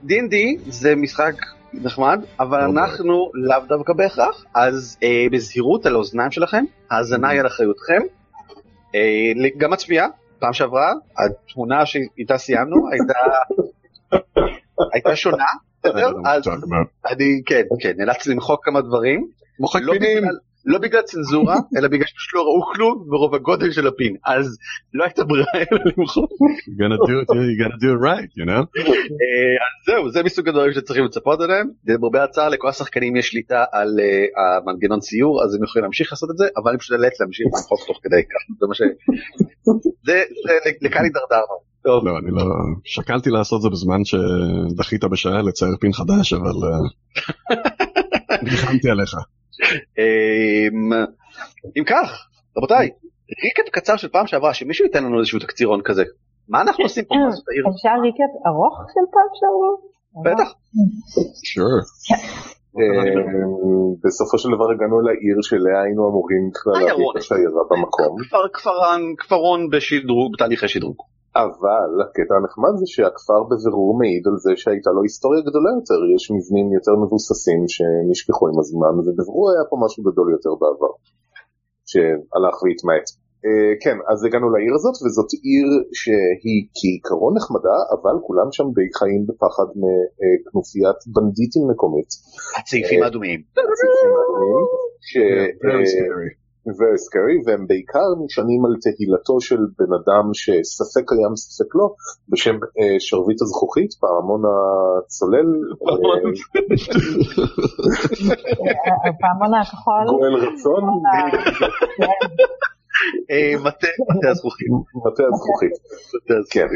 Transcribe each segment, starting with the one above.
D&D זה משחק נחמד, אבל אנחנו לאו דווקא בהכרח, אז בזהירות על האוזניים שלכם, האזנה היא על אחריותכם, גם הצפייה, פעם שעברה, התמונה שאיתה סיימנו הייתה שונה, אז אני כן, נאלץ למחוק כמה דברים, לא בגלל צנזורה, אלא בגלל שלא ראו כלום ברוב הגודל של הפין, אז לא הייתה ברירה אלא למחוק. You gotta do it right, you know? אז זהו, זה מסוג הדברים שצריכים לצפות עליהם, ברבה הצעה לכל השחקנים יש שליטה על המנגנון ציור, אז הם יכולים להמשיך לעשות את זה, אבל אני פשוט נאלץ להמשיך למחוק תוך כדי כך, זה מה ש... זה לכאן הידרדרנו. לא, אני לא... שקלתי לעשות זה בזמן שדחית בשעה לצייר פין חדש, אבל... נלחמתי עליך. אם כך, רבותיי, ריקאפ קצר של פעם שעברה, שמישהו ייתן לנו איזשהו תקצירון כזה. מה אנחנו עושים פה? אפשר ריקאפ ארוך של פעם שעברה? בטח. Sure. בסופו של דבר הגענו לעיר שאליה היינו אמורים להביא את השיירה במקום. כפרון בתהליכי שדרוג. אבל הקטע הנחמד זה שהכפר בבירור מעיד על זה שהייתה לו היסטוריה גדולה יותר, יש מבנים יותר מבוססים שנשכחו עם הזמן, ובבירור היה פה משהו גדול יותר בעבר, שהלך והתמעט. כן, אז הגענו לעיר הזאת, וזאת עיר שהיא כעיקרון נחמדה, אבל כולם שם די חיים בפחד מכנופיית בנדיטים מקומית. הצעיפים האדומים. הצעיפים האדומים, very scary, והם בעיקר נשענים על תהילתו של בן אדם שספק קיים ספק לא, בשם שרביט הזכוכית, פעמון הצולל, פעמון הכחול, גואל רצון, מטה הזכוכית, כן.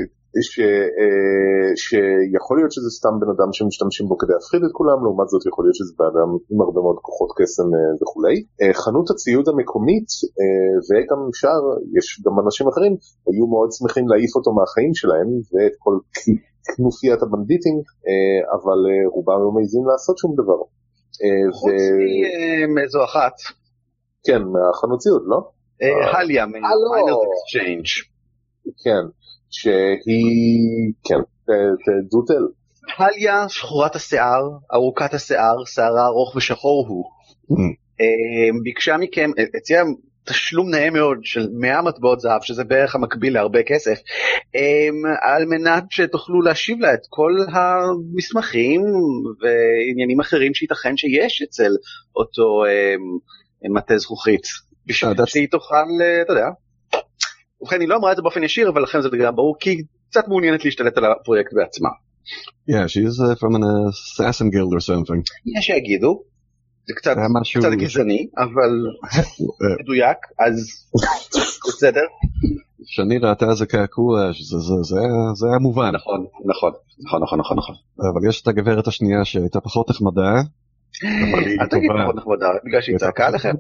שיכול להיות שזה סתם בן אדם שמשתמשים בו כדי להפחיד את כולם, לעומת זאת יכול להיות שזה בן אדם עם הרבה מאוד כוחות קסם וכולי. חנות הציוד המקומית וגם שאר, יש גם אנשים אחרים, היו מאוד שמחים להעיף אותו מהחיים שלהם ואת כל כנופיית הבנדיטים, אבל רובם לא מעיזים לעשות שום דבר. חוץ מאיזו אחת. כן, מהחנות ציוד, לא? הליה, מיינרס אקסצ'יינג'. כן. שהיא, כן, דוטל. הליה, שחורת השיער, ארוכת השיער, שערה ארוך ושחור הוא. ביקשה מכם, הציעה תשלום נאה מאוד של 100 מטבעות זהב, שזה בערך המקביל להרבה כסף, על מנת שתוכלו להשיב לה את כל המסמכים ועניינים אחרים שייתכן שיש אצל אותו מטה זכוכית. בשביל שהיא תוכל, אתה יודע, ובכן, היא לא אמרה את זה באופן ישיר, אבל לכן זה גם ברור, כי היא קצת מעוניינת להשתלט על הפרויקט בעצמה. Yeah, she's from an assassin guild or something. יש שיגידו, זה קצת גזעני, אבל מדויק, אז בסדר. שאני ראתה זה קעקוע, זה היה מובן. נכון. אבל יש את הגברת השנייה שהייתה פחות נחמדה, אבל היא טובה. אל תגיד פחות נחמדה, בגלל שהיא צעקה עליכם.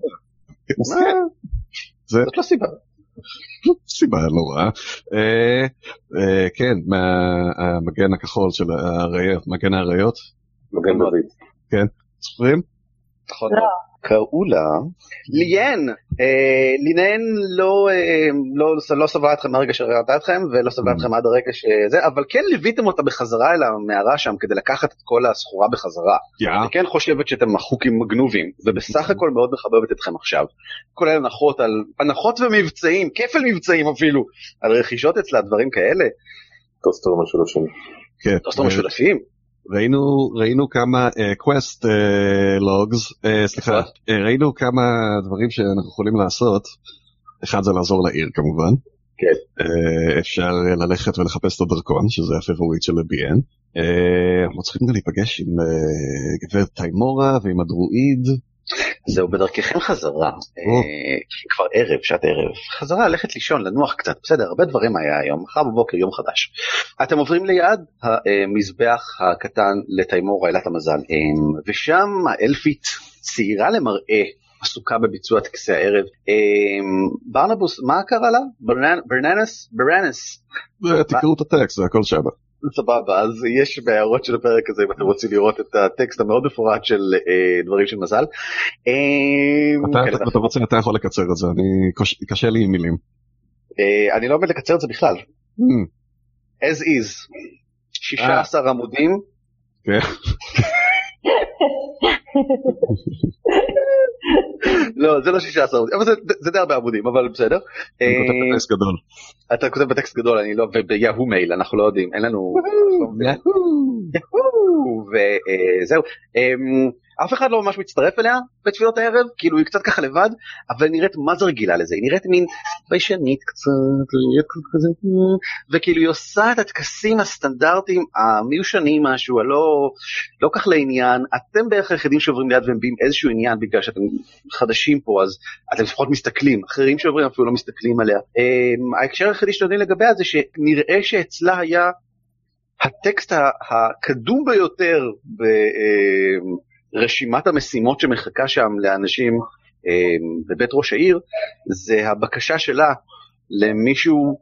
זאת לא סיבה. סיבה לא רעה. כן, מהמגן הכחול של האריות, מגן האריות. מגן דוד. כן, זוכרים? נכון. קראו לה ליאן. ליאן לא סברה אתכם מהרגע שראתה אתכם, ולא סברה אתכם עד הרגע שזה, אבל כן ליוויתם אותה בחזרה אל המערה שם, כדי לקחת את כל הסחורה בחזרה. אני כן חושבת שאתם מחוקים מגנובים, ובסך הכל מאוד מחבבת אתכם עכשיו. כל אלה הנחות ומבצעים, כפל מבצעים אפילו, על רכישות אצלה, דברים כאלה. טוסטר משולשים. כן. טוסטר משולשים. ראינו כמה quest logs, סליחה, ראינו כמה דברים שאנחנו יכולים לעשות. אחד זה לעזור לעיר כמובן. כן. אפשר ללכת ולחפש את הדרכון, שזה הפייבוריט של ביאן. אנחנו צריכים גם להיפגש עם גברת תיימורה ועם הדרואיד. זהו, בדרככם חזרה, כבר ערב, שעת ערב, חזרה ללכת לישון, לנוח קצת, בסדר, הרבה דברים היה היום, מחר בבוקר, יום חדש. אתם עוברים ליד המזבח הקטן לתיימורה, אלת המזל, ושם האלפית צעירה למראה, עסוקה בביצוע טקסי הערב. ברנבוס, מה קרה לה? ברנס. תקראו את הטקסט, זה הכל שם. סבבה, אז יש בהערות של הפרק הזה, אם אתם רוצים לראות את הטקסט המאוד מפורט של דברים של מזל. אתה רוצה, אתה יכול לקצר את זה, קשה לי עם מילים. אני לא עומד לקצר את זה בכלל. As is. 16 עמודים, כן. לא, זה לא 16 עמודים, אבל זה די הרבה עמודים, אבל בסדר. אני כותב בטקסט גדול. אתה כותב בטקסט גדול, אני לא, וביהו מייל, אנחנו לא יודעים, אין לנו... וזהו. אף אחד לא ממש מצטרף אליה בתפילות הערב, כאילו היא קצת ככה לבד, אבל נראית מה זה רגילה לזה, היא נראית מין ביישנית קצת, וכאילו היא עושה את הטקסים הסטנדרטיים המיושנים משהו, לא כך לעניין, אתם בערך היחידים שעוברים ליד ומביאים איזשהו עניין, בגלל שאתם חדשים פה, אז אתם לפחות מסתכלים, אחרים שעוברים אפילו לא מסתכלים עליה. ההקשר היחידי שלנו לגביה זה שנראה שאצלה היה הטקסט הקדום ביותר ברשימת המשימות שמחכה שם לאנשים בבית ראש העיר, זה הבקשה שלה למישהו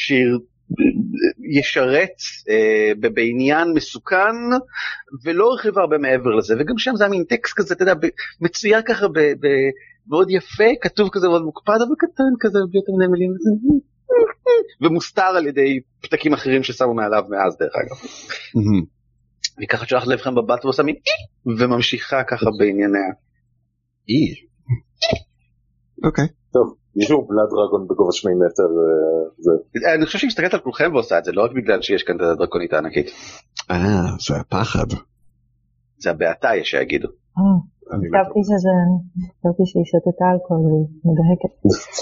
שישרת בעניין מסוכן, ולא רכיב הרבה מעבר לזה, וגם שם זה היה מין טקסט כזה, אתה יודע, מצויר ככה מאוד יפה, כתוב כזה מאוד מוקפד, אבל קטן כזה, בלי יותר מדי מילים, ומוסתר על ידי פתקים אחרים ששמו מעליו מאז דרך אגב. והיא ככה שולחת לבכם בבת ועושה מין וממשיכה ככה בענייניה. אוקיי. טוב, מישהו בלאד דרגון בגובה 2 מטר. אני חושב שהיא מסתכלת על כולכם ועושה את זה, לא רק בגלל שיש כאן את הדרקונית הענקית. זה הפחד. זה הבעתה יש שיגידו. חשבתי שהיא שתתה אלכוהול והיא מדהקת.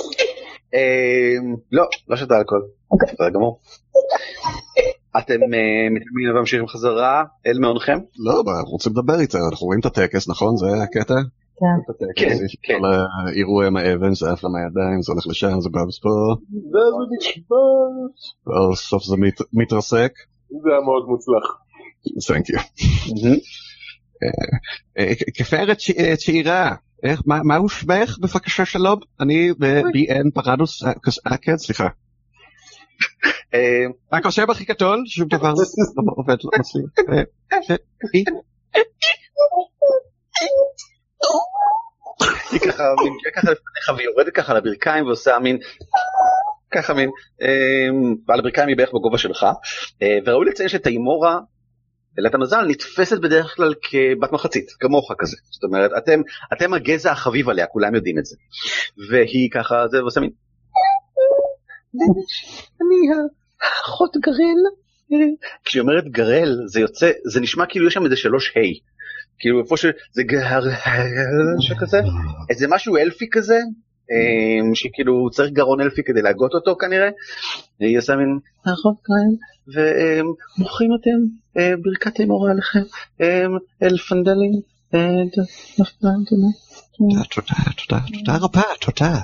לא שתה אלכוהול. זה גמור. אתם מתכוונים להמשיך חזרה אל מעונכם? לא, אנחנו רוצים לדבר איתה, אנחנו רואים את הטקס, נכון? זה הקטע? כן. כן. כל האירוע עם האבן, זה עף לה מהידיים, זה הולך לשם, זה בא פה. ואז הוא נשבר. סוף זה מתרסק. זה היה מאוד מוצלח. Thank you. כפרת צעירה, מהו שמך בבקשה שלום? אני ב-BN פרדוס, כן, סליחה. רק עושה בכי קטון, שום דבר לא עובד, לא מצליח. היא ככה מגיעה ככה לפניך והיא יורדת ככה לברכיים ועושה מין ככה מין על הברכיים היא בערך בגובה שלך, וראוי לציין שתימורה אלת המזל נתפסת בדרך כלל כבת מחצית, כמוך כזה, זאת אומרת אתם הגזע החביב עליה, כולם יודעים את זה, והיא ככה זה ועושה מין אני האחות גרל. כשהיא אומרת גרל זה יוצא, זה נשמע כאילו יש שם איזה 3 היי, כאילו איפה שזה גרל שכזה, איזה משהו אלפי כזה, שכאילו צריך גרון אלפי כדי להגות אותו כנראה, היא עושה מין האחות גרל, ומוחים אתם ברכת תימורה עליכם, אל פנדלים, תודה רבה, תודה.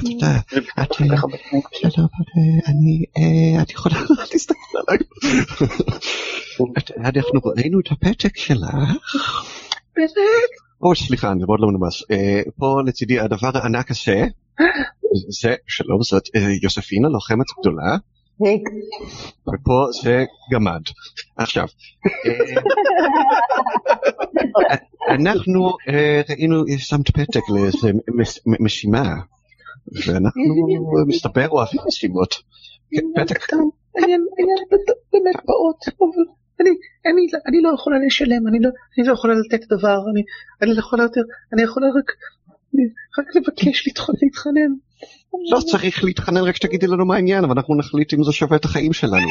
את יכולה להסתכל עליי. אנחנו ראינו את הפתק שלך. סליחה, אני מאוד לא מנומס. פה לצידי הדבר הענק הזה, זה שלום, זאת יוספינה, לוחמת גדולה. ופה זה גמד. עכשיו, אנחנו ראינו, שמת פתק לאיזה משימה, ואנחנו מסתבר אוהבים משימות. פתק קטן. אני באמת באות, אבל אני לא יכולה לשלם, אני לא יכולה לתת דבר, אני לא יכולה יותר, אני יכולה רק לבקש להתחנן. לא צריך להתחנן, רק שתגידי לנו מה העניין, אבל אנחנו נחליט אם זה שווה את החיים שלנו.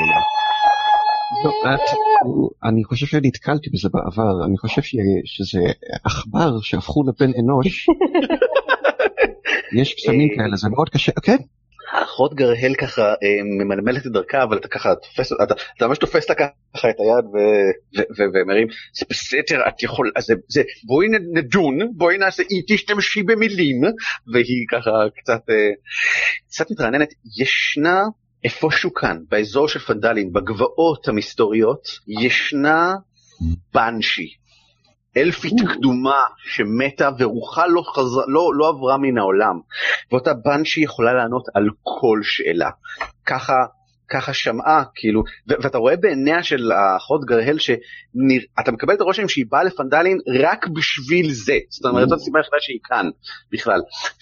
אני חושב שנתקלתי בזה בעבר, אני חושב שזה עכבר שהפכו לבן אנוש. יש קסמים כאלה, זה מאוד קשה, כן? האחות גרהל ככה ממלמלת את דרכה, אבל אתה ככה תופס, אתה ממש תופס לה ככה את היד ומרים, זה בסדר, את יכול, בואי נדון, בואי נעשה, תשתמשי במילים, והיא ככה קצת מתרעננת. ישנה איפשהו כאן, באזור של פנדלין, בגבעות המסתוריות, ישנה בנשי, אלפית קדומה שמתה ורוחה לא עברה מן העולם, ואותה בנשי יכולה לענות על כל שאלה. ככה שמעה, כאילו, ואתה רואה בעיניה של האחות גרהל שאתה מקבל את הרושם שהיא באה לפנדלין רק בשביל זה, זאת אומרת, זאת הסיבה היחידה שהיא כאן בכלל,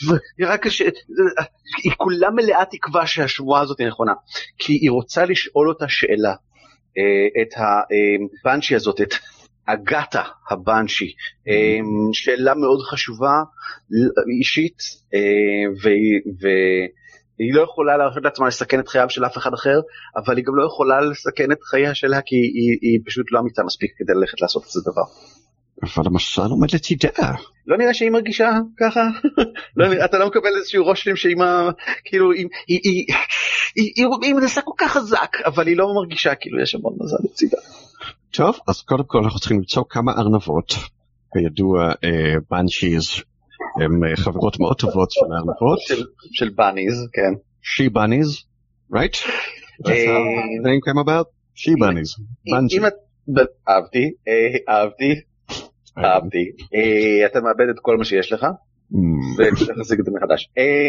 היא כולה מלאה תקווה שהשבועה הזאת היא נכונה, כי היא רוצה לשאול אותה שאלה, את הבנשי הזאת, אגתה הבנשי, שאלה מאוד חשובה אישית, והיא לא יכולה להרשות לעצמה לסכן את חייו של אף אחד אחר, אבל היא גם לא יכולה לסכן את חייה שלה, כי היא פשוט לא אמיצה מספיק כדי ללכת לעשות את זה דבר. אבל המשל עומד לצידה. לא נראה שהיא מרגישה ככה, אתה לא מקבל איזשהו ראש שלם שהיא כאילו, היא מנסה כל כך חזק, אבל היא לא מרגישה כאילו יש המון מזל לצידה. טוב, אז קודם כל אנחנו צריכים למצוא כמה ארנבות. כידוע, בנשיז הן חברות מאוד טובות של הארנבות. של בניז, כן. She bunnies, right? That's how the name came about? She bunnies. אהבתי. אתה מאבד את כל מה שיש לך, וצריך להשיג את זה מחדש.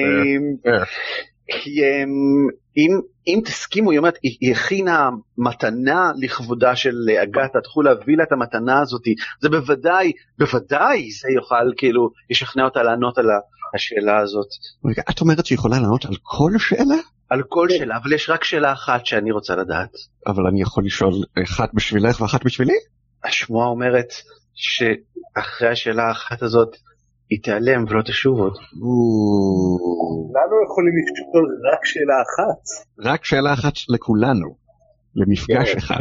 אם תסכימו, היא אומרת, היא הכינה מתנה לכבודה של אגתה, תוכלו להביא לה את המתנה הזאת, זה בוודאי זה יוכל כאילו ישכנע אותה לענות על השאלה הזאת. רגע, את אומרת שהיא יכולה לענות על כל שאלה? על כל שאלה, אבל יש רק שאלה אחת שאני רוצה לדעת. אבל אני יכול לשאול אחת בשבילך ואחת בשבילי? השמועה אומרת שאחרי השאלה האחת הזאת היא תיעלם ולא תשוב עוד. כולנו יכולים לשאול רק שאלה אחת. רק שאלה אחת לכולנו, למפגש אחד.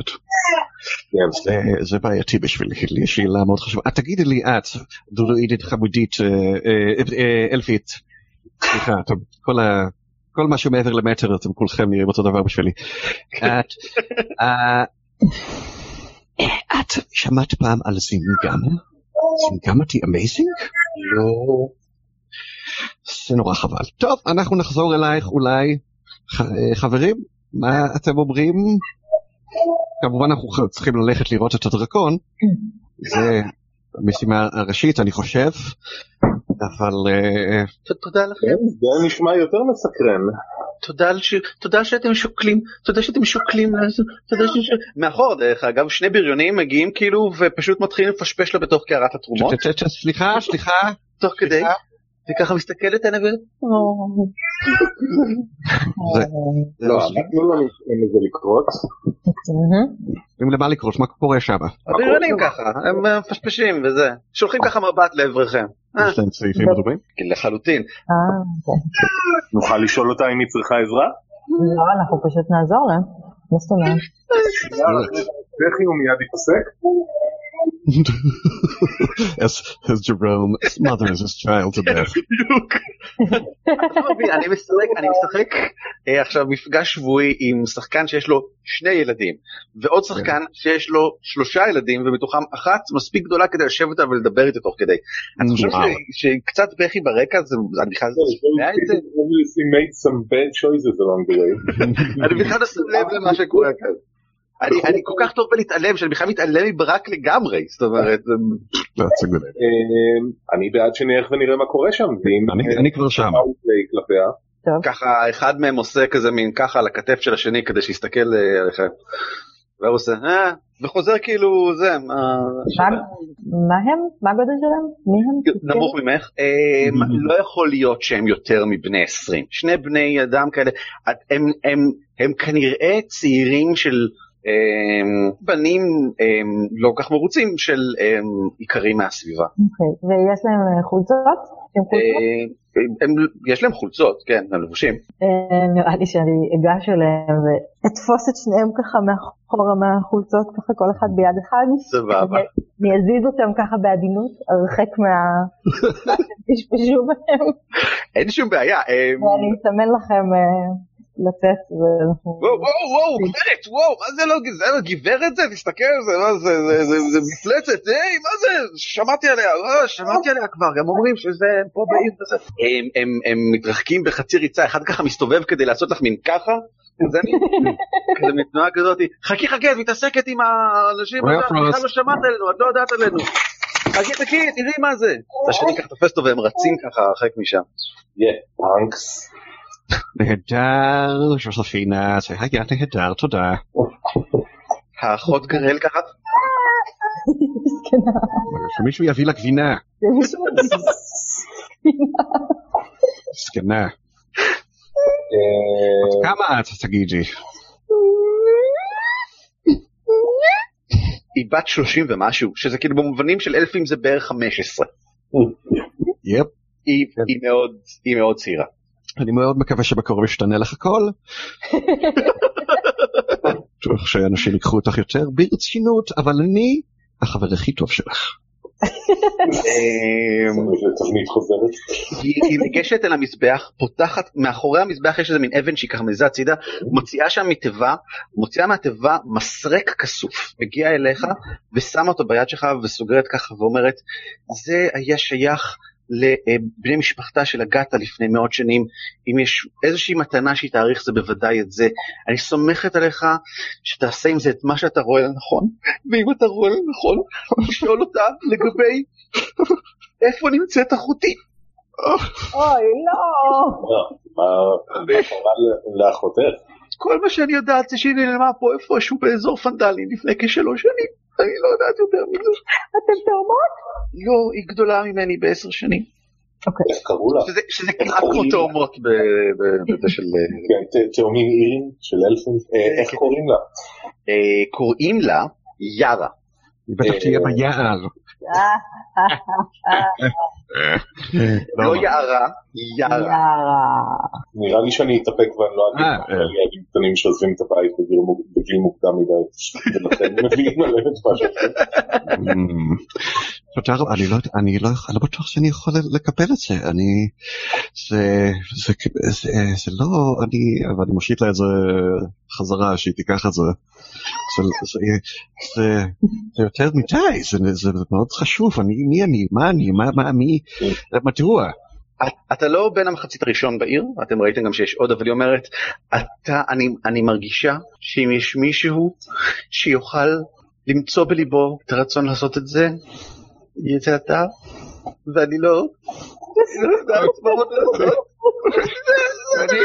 זה בעייתי בשבילי, יש שאלה מאוד חשובה. תגידי לי את, דרואידית חמודית, אלפית, סליחה, כל משהו מעבר למטר, אתם כולכם נראים אותו דבר בשבילי. את שמעת פעם על זינגמה? זינגמה היא אמייזינג? לא. זה נורא חבל. טוב, אנחנו נחזור אלייך אולי. חברים, מה אתם אומרים? כמובן אנחנו צריכים ללכת לראות את הדרקון. זה המשימה הראשית, אני חושב. אבל... תודה לכם. זה נשמע יותר מסקרן. תודה שאתם שוקלים, מאחור דרך אגב, שני בריונים מגיעים כאילו ופשוט מתחילים לפשפש לה בתוך קערת התרומות. סליחה. תוך כדי, וככה מסתכלת עליו. לא, אנחנו לא ניתן לזה לקרות. אם למה לקרות, מה קורה שם? הבריונים ככה, הם מפשפשים וזה, שולחים ככה מבט לעברכם. יש להם צעיפים מדוברים? לחלוטין. נוכל לשאול אותה אם היא צריכה עזרה? לא, אנחנו פשוט נעזור לה. מה זאת אומרת? וכי הוא מיד יתעסק? as Jerome smothers his child to death. אני משחק עכשיו מפגש שבועי עם שחקן שיש לו 2 ילדים, ועוד שחקן שיש לו 3 ילדים, ומתוכם אחת מספיק גדולה כדי לשבת ולדבר איתה תוך כדי. אני חושב שקצת בכי ברקע, אני בכלל שומע את זה? אני בכלל לא שם לב למה שקורה כאן. אני כל כך טוב בלהתעלם, שאני בכלל מתעלם מברק לגמרי, זאת אומרת... אני בעד שנלך ונראה מה קורה שם, אני כבר שם. ככה אחד מהם עושה כזה מין ככה על הכתף של השני, כדי שיסתכל עליכם. והוא עושה, וחוזר כאילו זה... מה הם? מה הגודל שלהם? מי הם? נמוך ממך. לא יכול להיות שהם יותר מבני 20. 2 בני אדם כאלה, הם כנראה צעירים של... בנים לא כך מרוצים של עיקרים מהסביבה. אוקיי, ויש להם חולצות? יש להם חולצות, כן, הם לבושים. נראה לי שאני אגש אליהם ואתפוס את שניהם ככה מאחורה מהחולצות, ככה כל אחד ביד אחד. סבבה. אני אזיז אותם ככה בעדינות, ארחק תשפשו בהם. אין שום בעיה. ואני אסמן לכם... לצאת וואו, גברת, מה זה לא גברת זה? תסתכל על זה, זה מפלצת, מה זה? שמעתי עליה כבר, גם אומרים שזה פה בעיר וזה. הם מתרחקים בחצי ריצה, אחד ככה מסתובב כדי לעשות לך מין ככה, זה מתנועה כזאת, חכי, את מתעסקת עם האנשים, אתה לא שמעת עלינו, את לא יודעת עלינו. חכי, תראי מה זה. השני ככה תופס אותו והם רצים ככה הרחק משם. פאנקס. נהדר, ז'וזפינה, זה היה נהדר, תודה. האחות גרל ככה? שמישהו יביא לה גבינה. סקנה. כמה את תגידי? היא בת 30 ומשהו, שזה כאילו במובנים של אלפים זה בערך 15. יפ. היא מאוד צעירה. אני מאוד מקווה שבקרוב ישתנה לך הכל. בטוח שאנשים ייקחו אותך יותר ברצינות, אבל אני החבר הכי טוב שלך. תבנית חוזרת. היא ניגשת אל המזבח, פותחת, מאחורי המזבח יש איזה מין אבן שהיא ככה מזיזה הצידה, מוציאה שם מתיבה, מוציאה מהתיבה מסרק כסוף, מגיעה אליך ושמה אותו ביד שלך וסוגרת ככה ואומרת, זה היה שייך לבני משפחתה של הגתה לפני מאות שנים, אם יש איזושהי מתנה שהיא תאריך זה בוודאי את זה, אני סומכת עליך שתעשה עם זה את מה שאתה רואה לנכון, ואם אתה רואה לנכון, תשאול אותה לגבי איפה נמצאת אחותי. אוי, לא. מה קרה לאחותך? כל מה שאני יודעת זה שהיא נעלמה פה איפשהו באזור פנדלים לפני כ3 שנים, אני לא יודעת יותר מזה. אתם תאומות? לא, היא גדולה ממני ב10 שנים. אוקיי. איך קראו לה? שזה כמעט כמו תאומות בזה של... כן, תאומים אירים של אלפים. איך קוראים לה? קוראים לה יארה. היא בטח תהיה ביער. לא יערה, יארה. נראה לי שאני אתאפק ואני לא אגיד ילדים קטנים שעוזבים את הבית בגיל מוקדם מדי, ולכן מביאים עליהם את מה שאתה. אני לא בטוח שאני יכול לקבל את זה, זה לא, אבל אני מושיט לה את זה חזרה שהיא תיקח את זה, זה יותר מדי, זה מאוד חשוב, מי אני, מה אני, מי, מדוע? אתה לא בין המחצית הראשון בעיר, אתם ראיתם גם שיש עוד, אבל היא אומרת, אני מרגישה שאם יש מישהו שיוכל למצוא בליבו את הרצון לעשות את זה, יהיה זה אתה, ואני לא יודעת מה עוד לעשות. אני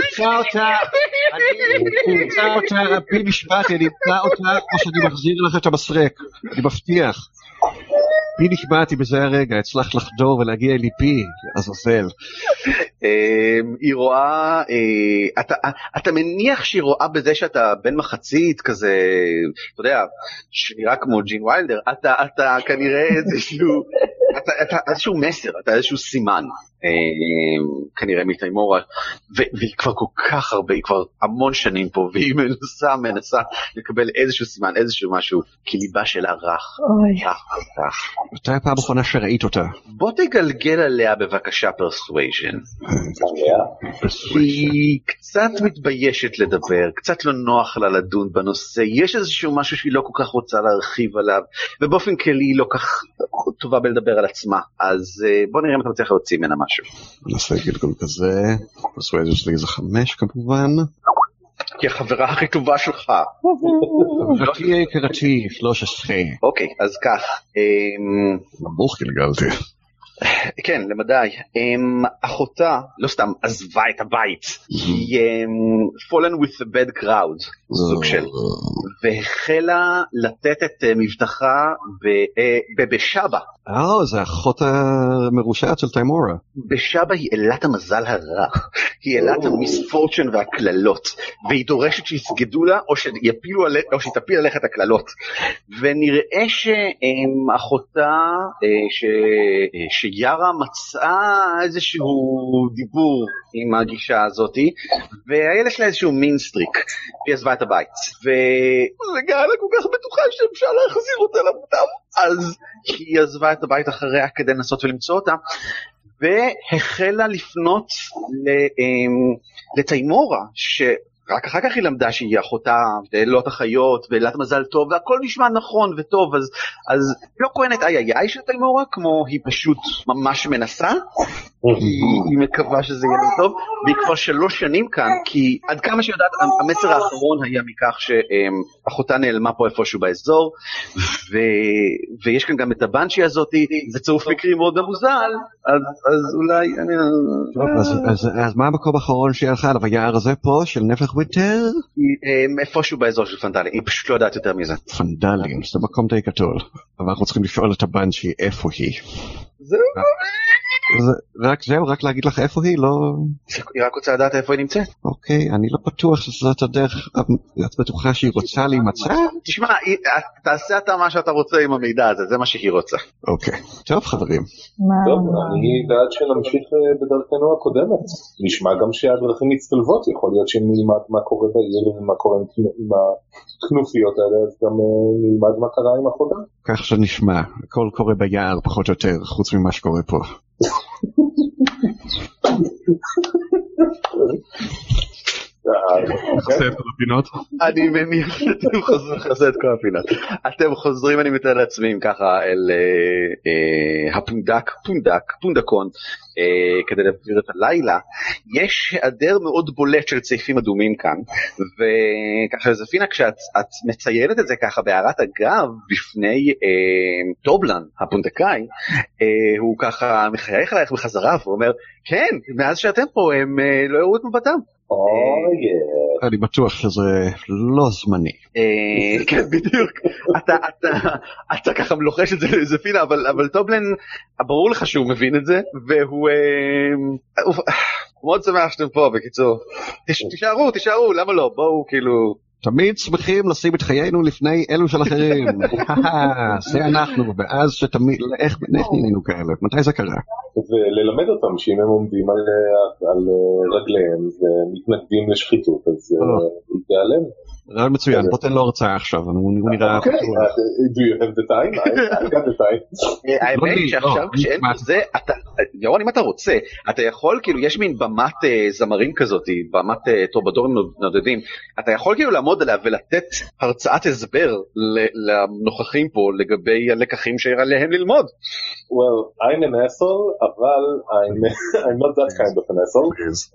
אמצא אותה, בי נשבעתי, אני אמצא אותה כמו שאני מחזיר לך את המסרק, אני מבטיח. בי נשבעתי בזה הרגע, הצלחת לחדור ולהגיע אל ליפי, עזאזל. היא רואה, אתה מניח שהיא רואה בזה שאתה בן מחצית כזה, אתה יודע, שנראה כמו ג'ין ויילדר, אתה כנראה איזשהו מסר, אתה איזשהו סימן, כנראה מתיימורה, והיא כבר כל כך הרבה, היא כבר המון שנים פה, והיא מנסה לקבל איזשהו סימן, איזשהו משהו, כי ליבה שלה רך. מתי הפעם האחרונה שראית אותה? בוא תגלגל עליה בבקשה פרסווייז'ן. היא קצת מתביישת לדבר, קצת לא נוח לה לדון בנושא, יש איזשהו משהו שהיא לא כל כך רוצה להרחיב עליו, ובאופן כללי היא לא כך טובה בלדבר על עצמה, אז בוא נראה אם אתה מצליח להוציא ממנה משהו. נעשה גלגול כזה, פרסווייז'ן שלי זה 5 כמובן. כי החברה הכי טובה שלך. חברתי יקרתי, 13. אוקיי, אז כך. נמוך גלגלתי. כן, למדי. אחותה, לא סתם עזבה את הבית, היא fallen with the bad crowd, סוג של, והחלה לתת את מבטחה בשבה. זה אחות המרושעת של תיימורה. בשבה היא אלת המזל הרע, היא אלת המיספורצ'ן והכללות, והיא דורשת שיסגדו לה או שתפיל עליך את הכללות. ונראה שאחותה, שיארה מצאה איזשהו דיבור עם הגישה הזאת, והילד שלה איזשהו מינסטריק, והיא עזבה את הבית. ורגע, אני כל כך בטוחה שאפשר להחזיר אותה למותם, אז היא עזבה את הבית אחריה כדי לנסות ולמצוא אותה, והחלה לפנות לתיימורה, רק אחר כך היא למדה שהיא אחותה, ואלות החיות, ואלת מזל טוב, והכל נשמע נכון וטוב, אז לא כהנת איי של תיימורה, כמו היא פשוט ממש מנסה, היא מקווה שזה יהיה טוב, והיא כבר 3 שנים כאן, כי עד כמה שיודעת, המסר האחרון היה מכך שאחותה נעלמה פה איפשהו באזור, ויש כאן גם את הבנצ'י הזאת, זה צירוף מקרי מאוד ממוזל, אז אולי... אז מה המקום האחרון שהיא הלכה עליו, היער הזה פה, של נפח וויטר? איפשהו באזור של פנדלים, היא פשוט לא יודעת יותר מזה. פנדלים, זה מקום די גדול, אבל אנחנו צריכים לשאול את הבנצ'י איפה היא. זהו. רק להגיד לך איפה היא, לא... היא רק רוצה לדעת איפה היא נמצאת. אוקיי, אני לא בטוח שזאת הדרך, את בטוחה שהיא רוצה להימצא? תשמע, תעשה אתה מה שאתה רוצה עם המידע הזה, זה מה שהיא רוצה. אוקיי, טוב חברים. טוב, אני בעד שנמשיך בדרכנו הקודמת. נשמע גם שהדרכים מצטלבות, יכול להיות שנלמד מה קורה בעיר ומה קורה עם הכנופיות האלה, אז גם נלמד מה קרה עם החולה. כך שנשמע, הכל קורה ביער פחות או יותר, חוץ ממה שקורה פה. חסה את כל הפינות. אני מניח שאתם חוזרים חסה את כל הפינות. אתם חוזרים, אני מתאר לעצמי ככה אל הפונדקון כדי להעביר את הלילה. יש היעדר מאוד בולט של צעיפים אדומים כאן, וככה זפינה כשאת מציינת את זה ככה בהערת אגב בפני טובלן הפונדקאי, הוא ככה מחייך עלייך בחזרה ואומר כן, מאז שאתם פה הם לא הראו את מבטם. אני בטוח שזה לא זמני. כן, בדיוק. אתה ככה מלוחש את זה לזפינה, אבל טובלן, ברור לך שהוא מבין את זה, והוא מאוד שמח שאתם פה, בקיצור. תישארו, למה לא? בואו כאילו... תמיד שמחים לשים את חיינו לפני אלו של אחרים. זה אנחנו, ואז שתמיד, איך נהיינו כאלה? מתי זה קרה? וללמד אותם שאם הם עומדים על רגליהם ומתנגדים לשחיתות, אז יתעלם. רעיון מצוין, בוא תן לו הרצאה עכשיו, הוא נראה... אוקיי, do you have the time? I got the time. האמת שעכשיו כשאין זה, ירון, אם אתה רוצה, אתה יכול, כאילו, יש מין במת זמרים כזאת, במת טרובדורים נודדים, אתה יכול כאילו לעמוד עליה ולתת הרצאת הסבר לנוכחים פה לגבי הלקחים שעליהם ללמוד. Well, I'm an asshole, אבל I'm not that kind of an asshole.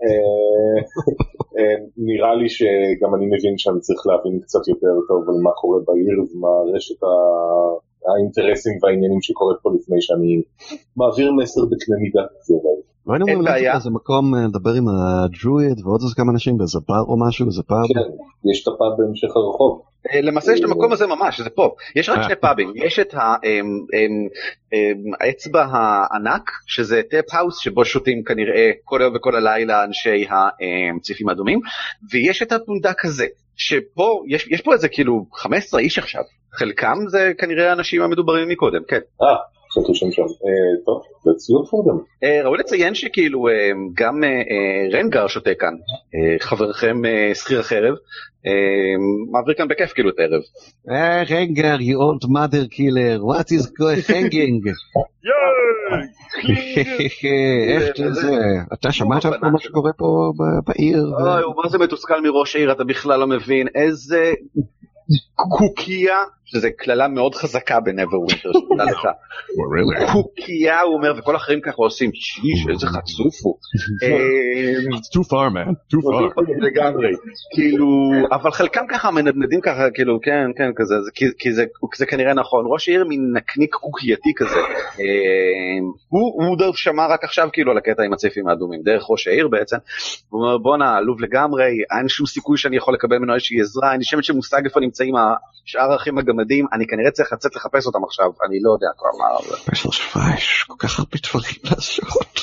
נראה לי שגם אני מבין שאני צריך להבין קצת יותר טוב על מה קורה בעיר ומה רשת האינטרסים והעניינים שקורת פה לפני שאני מעביר מסר בקנה מידה. ואני אומר לך איזה מקום לדבר עם הדרויד ועוד איזה כמה אנשים באיזה בר או משהו, איזה פאב? כן, יש את הפאב בהמשך הרחוב. למעשה יש את המקום הזה ממש, זה פה. יש רק שני פאבים, יש את האצבע הענק, שזה טאפ-האוס, שבו שותים כנראה כל היום וכל הלילה אנשי הצעיפים האדומים, ויש את הפונדק הזה, שפה, יש פה איזה כאילו 15 איש עכשיו, חלקם זה כנראה האנשים המדוברים מקודם, כן. חשבתי שם. טוב, let's look for them. ראוי לציין שכאילו גם רנגר שותה כאן, חברכם שכיר החרב, מעביר כאן בכיף כאילו את הערב. רנגר, you old mother killer, what is hanging? איך זה? אתה שמעת על כל מה שקורה פה בעיר? מה זה מתוסכל מראש העיר, אתה בכלל לא מבין איזה קוקיה, שזה כללה מאוד חזקה בנברווינטר, שתדע לך. קוקיה, הוא אומר, וכל אחרים ככה עושים, שיש, איזה חצוף הוא. It's too far, man, too far. לגמרי. כאילו, אבל חלקם ככה מנדנדים ככה, כאילו, כן, כן, כזה, כי זה כנראה נכון. ראש העיר מין נקניק קוקייתי כזה. הוא דרך שמע רק עכשיו, כאילו, על הקטע עם הצעיפים האדומים, דרך ראש העיר בעצם. הוא אומר, בוא נע, עלוב לגמרי, אין שום סיכוי שאני יכול לקבל ממנו איזושהי עזרה, אני חושבת שמושג איפה נמצאים השאר האחים הגמדים, אני כנראה צריך לצאת לחפש אותם עכשיו, אני לא יודע כבר מה. יש כל כך הרבה דברים לעשות.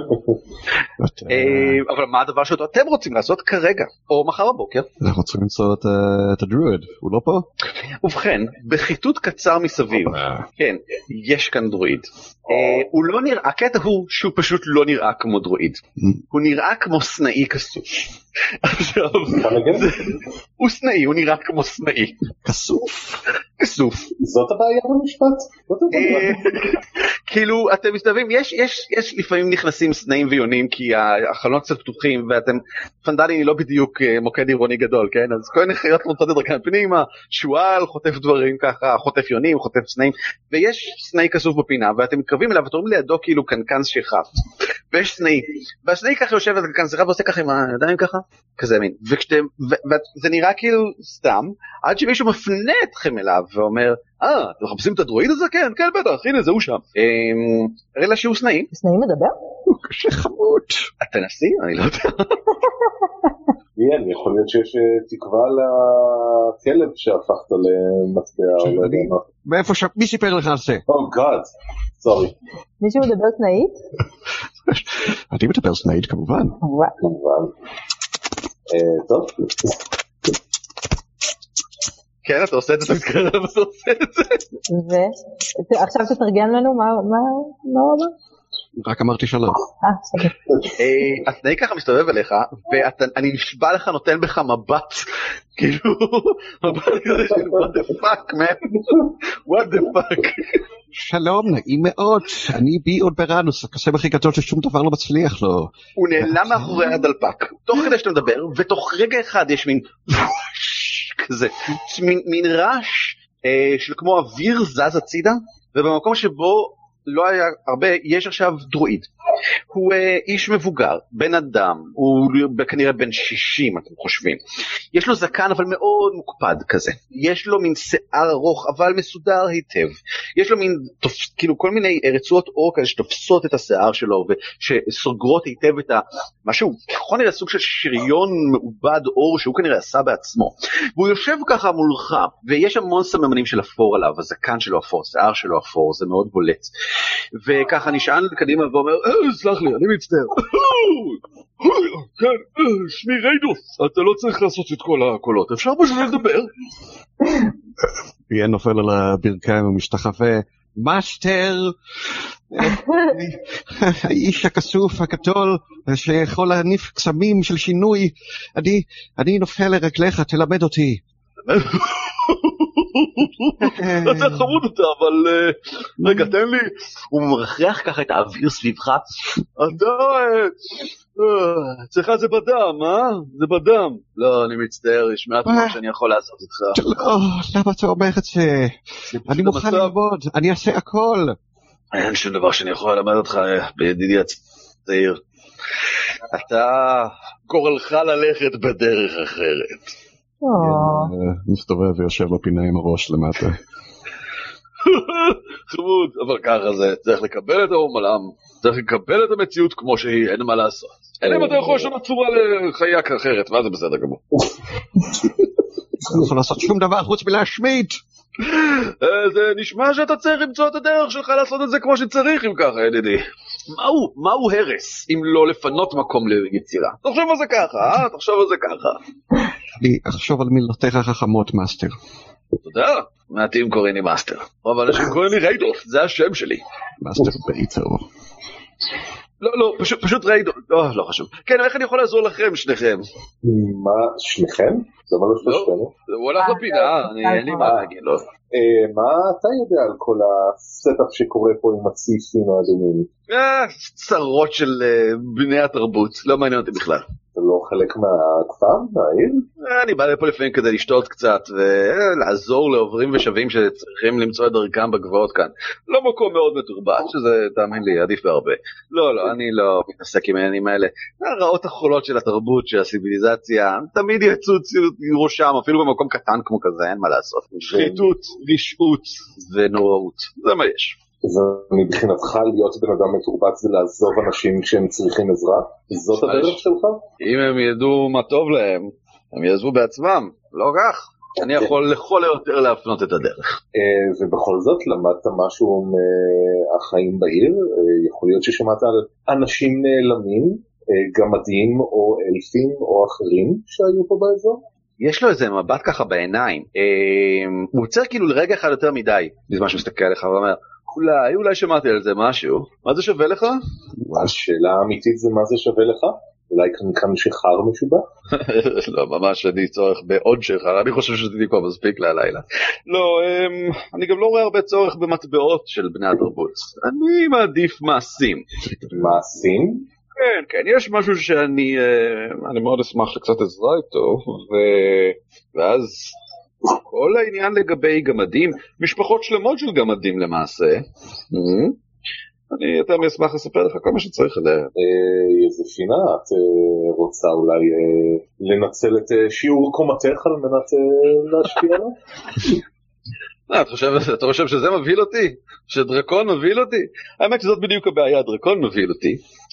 אבל מה הדבר שאתם רוצים לעשות כרגע, או מחר בבוקר? אנחנו צריכים למצוא את הדרויד, הוא לא פה? ובכן, בחיתות קצר מסביב, כן, יש כאן דרואיד. הוא לא נראה, הקטע הוא שהוא פשוט לא נראה כמו דרואיד. הוא נראה כמו סנאי כסוף. הוא סנאי, הוא נראה כמו סנאי. כסוף? כסוף. זאת הבעיה במשפט? כאילו, אתם מסתובבים, יש לפעמים נכנסים סנאים ויונים, כי החלונות קצת פתוחים, ואתם, פנדלי היא לא בדיוק מוקד עירוני גדול, כן? אז כל מיני חיות נוצאות את דרכן פנימה, שואל, חוטף דברים ככה, חוטף יונים, חוטף סנאים, ויש סנאי כסוף בפינה, ואתם מתקרבים אליו, ואתם רואים לידו כאילו קנקן שכב, ויש סנאי, והסנאי ככה יושב על קנקן שכב, ועושה ככה עם הידיים ככה, כזה מין, וזה נראה כאילו סתם, עד שמישהו מפנה אתכם אליו, ואומר, אתם מחפשים את הדרואיד הזה? כן, כן, בטח, הנה זה הוא שם. הרי לה שהוא סנאי. סנאי מדבר? הוא קשה חמוד. תנסי? אני לא יודע. כן, יכול להיות שיש תקווה לכלב שהפכת למטבע. מאיפה מי סיפר לך על זה? Oh God, sorry. מישהו מדבר סנאית? אני מדבר סנייד כמובן. כמובן. טוב. כן, אתה עושה את זה, אתה עושה את זה. ועכשיו תתרגם לנו מה הוא אמר? רק אמרתי שלום. סגר. התנאי ככה מסתובב אליך, ואני נשבע לך נותן בך מבט, כאילו, מבט כזה של what the fuck, man, what the fuck. שלום, נעים מאוד, אני בי עוד בראנוס, הקסם הכי גדול ששום דבר לא מצליח לו. הוא נעלם מאחורי הדלפק, תוך כדי שאתה מדבר, ותוך רגע אחד יש מין כזה, מין רעש של כמו אוויר זז הצידה, ובמקום שבו לא היה הרבה, יש עכשיו דרואיד. הוא איש מבוגר, בן אדם, הוא כנראה בן 60, אתם חושבים. יש לו זקן אבל מאוד מוקפד כזה. יש לו מין שיער ארוך אבל מסודר היטב. יש לו מין, כאילו כל מיני רצועות אור כאלה שתופסות את השיער שלו ושסוגרות היטב את משהו, ככל נראה סוג של שריון מעובד אור שהוא כנראה עשה בעצמו. והוא יושב ככה מולך, ויש המון סממנים של אפור עליו, הזקן שלו אפור, שיער שלו אפור, זה מאוד בולט. וככה נשען קדימה ואומר, סלח לי, אני מצטער. כן, שמי ריידוס, אתה לא צריך לעשות את כל הקולות, אפשר פשוט לדבר. יהיה נופל על הברכיים ומשתחווה, מאסטר, האיש הכסוף הגדול שיכול להניף קסמים של שינוי, אני נופל לרגליך, תלמד אותי. אתה חמוד אותה, אבל רגע, תן לי. הוא מרחח ככה את האוויר סביבך. אתה צריכה זה בדם, אה? זה בדם. לא, אני מצטער, יש מעט מה שאני יכול לעשות איתך. לא, למה אתה אומר את זה? אני מוכן ללמוד, אני אעשה הכל. אין שום דבר שאני יכול ללמד אותך, בידידי הצעיר. אתה גורלך ללכת בדרך אחרת. מסתובב ויושב בפינה עם הראש למטה. חמוד, אבל ככה זה, צריך לקבל את העולם, צריך לקבל את המציאות כמו שהיא, אין מה לעשות. אין אם אתה יכול לשנות צורה לחיה אחרת, ואז זה בסדר גמור. לא יכול לעשות שום דבר חוץ מלהשמיד. זה נשמע שאתה צריך למצוא את הדרך שלך לעשות את זה כמו שצריך, אם ככה, ידידי. מהו הרס, אם לא לפנות מקום ליצירה? תחשוב על זה ככה, תחשוב על זה ככה. אני אחשוב על מילותיך חכמות, מאסטר. תודה, מעטים קוראים לי מאסטר. אבל אנשים קוראים לי ריידולף, זה השם שלי. מאסטר בייצר. לא, פשוט ריידולף, לא חשוב. כן, איך אני יכול לעזור לכם, שניכם? מה, שניכם? זה מה לא שלושתנו? הוא הולך לפינה, אין לי מה להגיד לו. מה אתה יודע על כל הסטאפ שקורה פה עם הציפים האדומים? צרות של בני התרבות, לא מעניין אותי בכלל. אתה לא חלק מהכפר, מהעיר? אני בא לפה לפעמים כדי לשתות קצת ולעזור לעוברים ושווים שצריכים למצוא את דרכם בגבעות כאן. לא מקום מאוד מתורבת, שזה תאמין לי עדיף בהרבה. לא, אני לא מתעסק עם העניינים האלה. הרעות החולות של התרבות, של הסיביליזציה, תמיד יצוץ ראשם, אפילו במקום קטן כמו כזה, אין מה לעשות. שחיתות, רשעות ונוראות, זה מה יש. ומבחינתך להיות בן אדם מתורבת זה לעזוב אנשים כשהם צריכים עזרה? זאת הדרך שלך? אם הם ידעו מה טוב להם, הם יעזבו בעצמם, לא כך. אני יכול לכל היותר להפנות את הדרך. ובכל זאת למדת משהו מהחיים בעיר? יכול להיות ששמעת על אנשים נעלמים, גמדים או אלפים או אחרים שהיו פה באזור? יש לו איזה מבט ככה בעיניים. הוא עוצר כאילו לרגע אחד יותר מדי, בזמן שהוא מסתכל עליך ואומר, אולי שמעתי על זה משהו. מה זה שווה לך? השאלה האמיתית זה מה זה שווה לך? אולי כאן שחר משובח? לא, ממש אני צורך בעוד שחר. אני חושב שזה כבר מספיק להלילה. לא, אני גם לא רואה הרבה צורך במטבעות של בני התרבות. אני מעדיף מעשים. מעשים? כן, יש משהו שאני מאוד אשמח לקצת עזרה איתו, ואז כל העניין לגבי גמדים, משפחות שלמות של גמדים למעשה, אני יותר אשמח לספר לך כל מה שצריך עליה. איזה פינה, את רוצה אולי לנצל את שיעור קומתך על מנת להשפיע עליו? אתה חושב שזה מבהיל אותי? שדרקון מבהיל אותי? האמת שזאת בדיוק הבעיה, דרקון מבהיל אותי.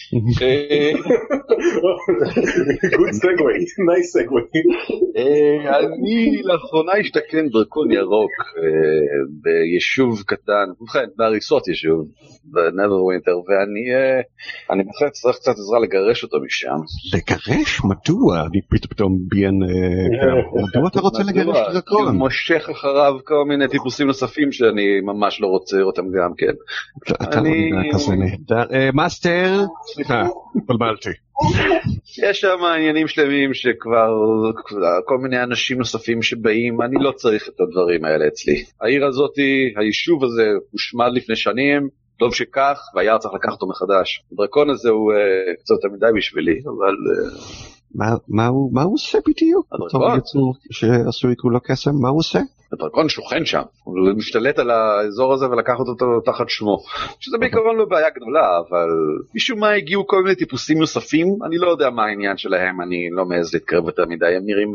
Good segue, nice segue. אני לאחרונה השתכן דרקון ירוק ביישוב קטן, ובכן, בהריסות יישוב, בנברווינטר, ואני בהחלט צריך קצת עזרה לגרש אותו משם. לגרש? מדוע? אני פתאום ביין... מדוע אתה רוצה לגרש דרקון? הוא מושך אחריו כל מיני טיפוסים נוספים שאני ממש לא רוצה אותם גם כן. אתה לא נדע כזה נהדר. מאסטר? סליחה, בלבלתי. יש שם עניינים שלמים שכבר כל מיני אנשים נוספים שבאים, אני לא צריך את הדברים האלה אצלי. העיר הזאת, היישוב הזה הושמד לפני שנים, טוב שכך, והיער צריך לקחת אותו מחדש. הדרקון הזה הוא קצת מדי בשבילי, אבל... מה הוא עושה בדיוק? הדרקון? יצור שעשוי כולו קסם, מה הוא עושה? הדרקון שוכן שם, הוא משתלט על האזור הזה ולקחת אותו תחת שמו, שזה בעיקרון לא בעיה גדולה, אבל משום מה הגיעו כל מיני טיפוסים נוספים, אני לא יודע מה העניין שלהם, אני לא מעז להתקרב יותר מדי, הם נראים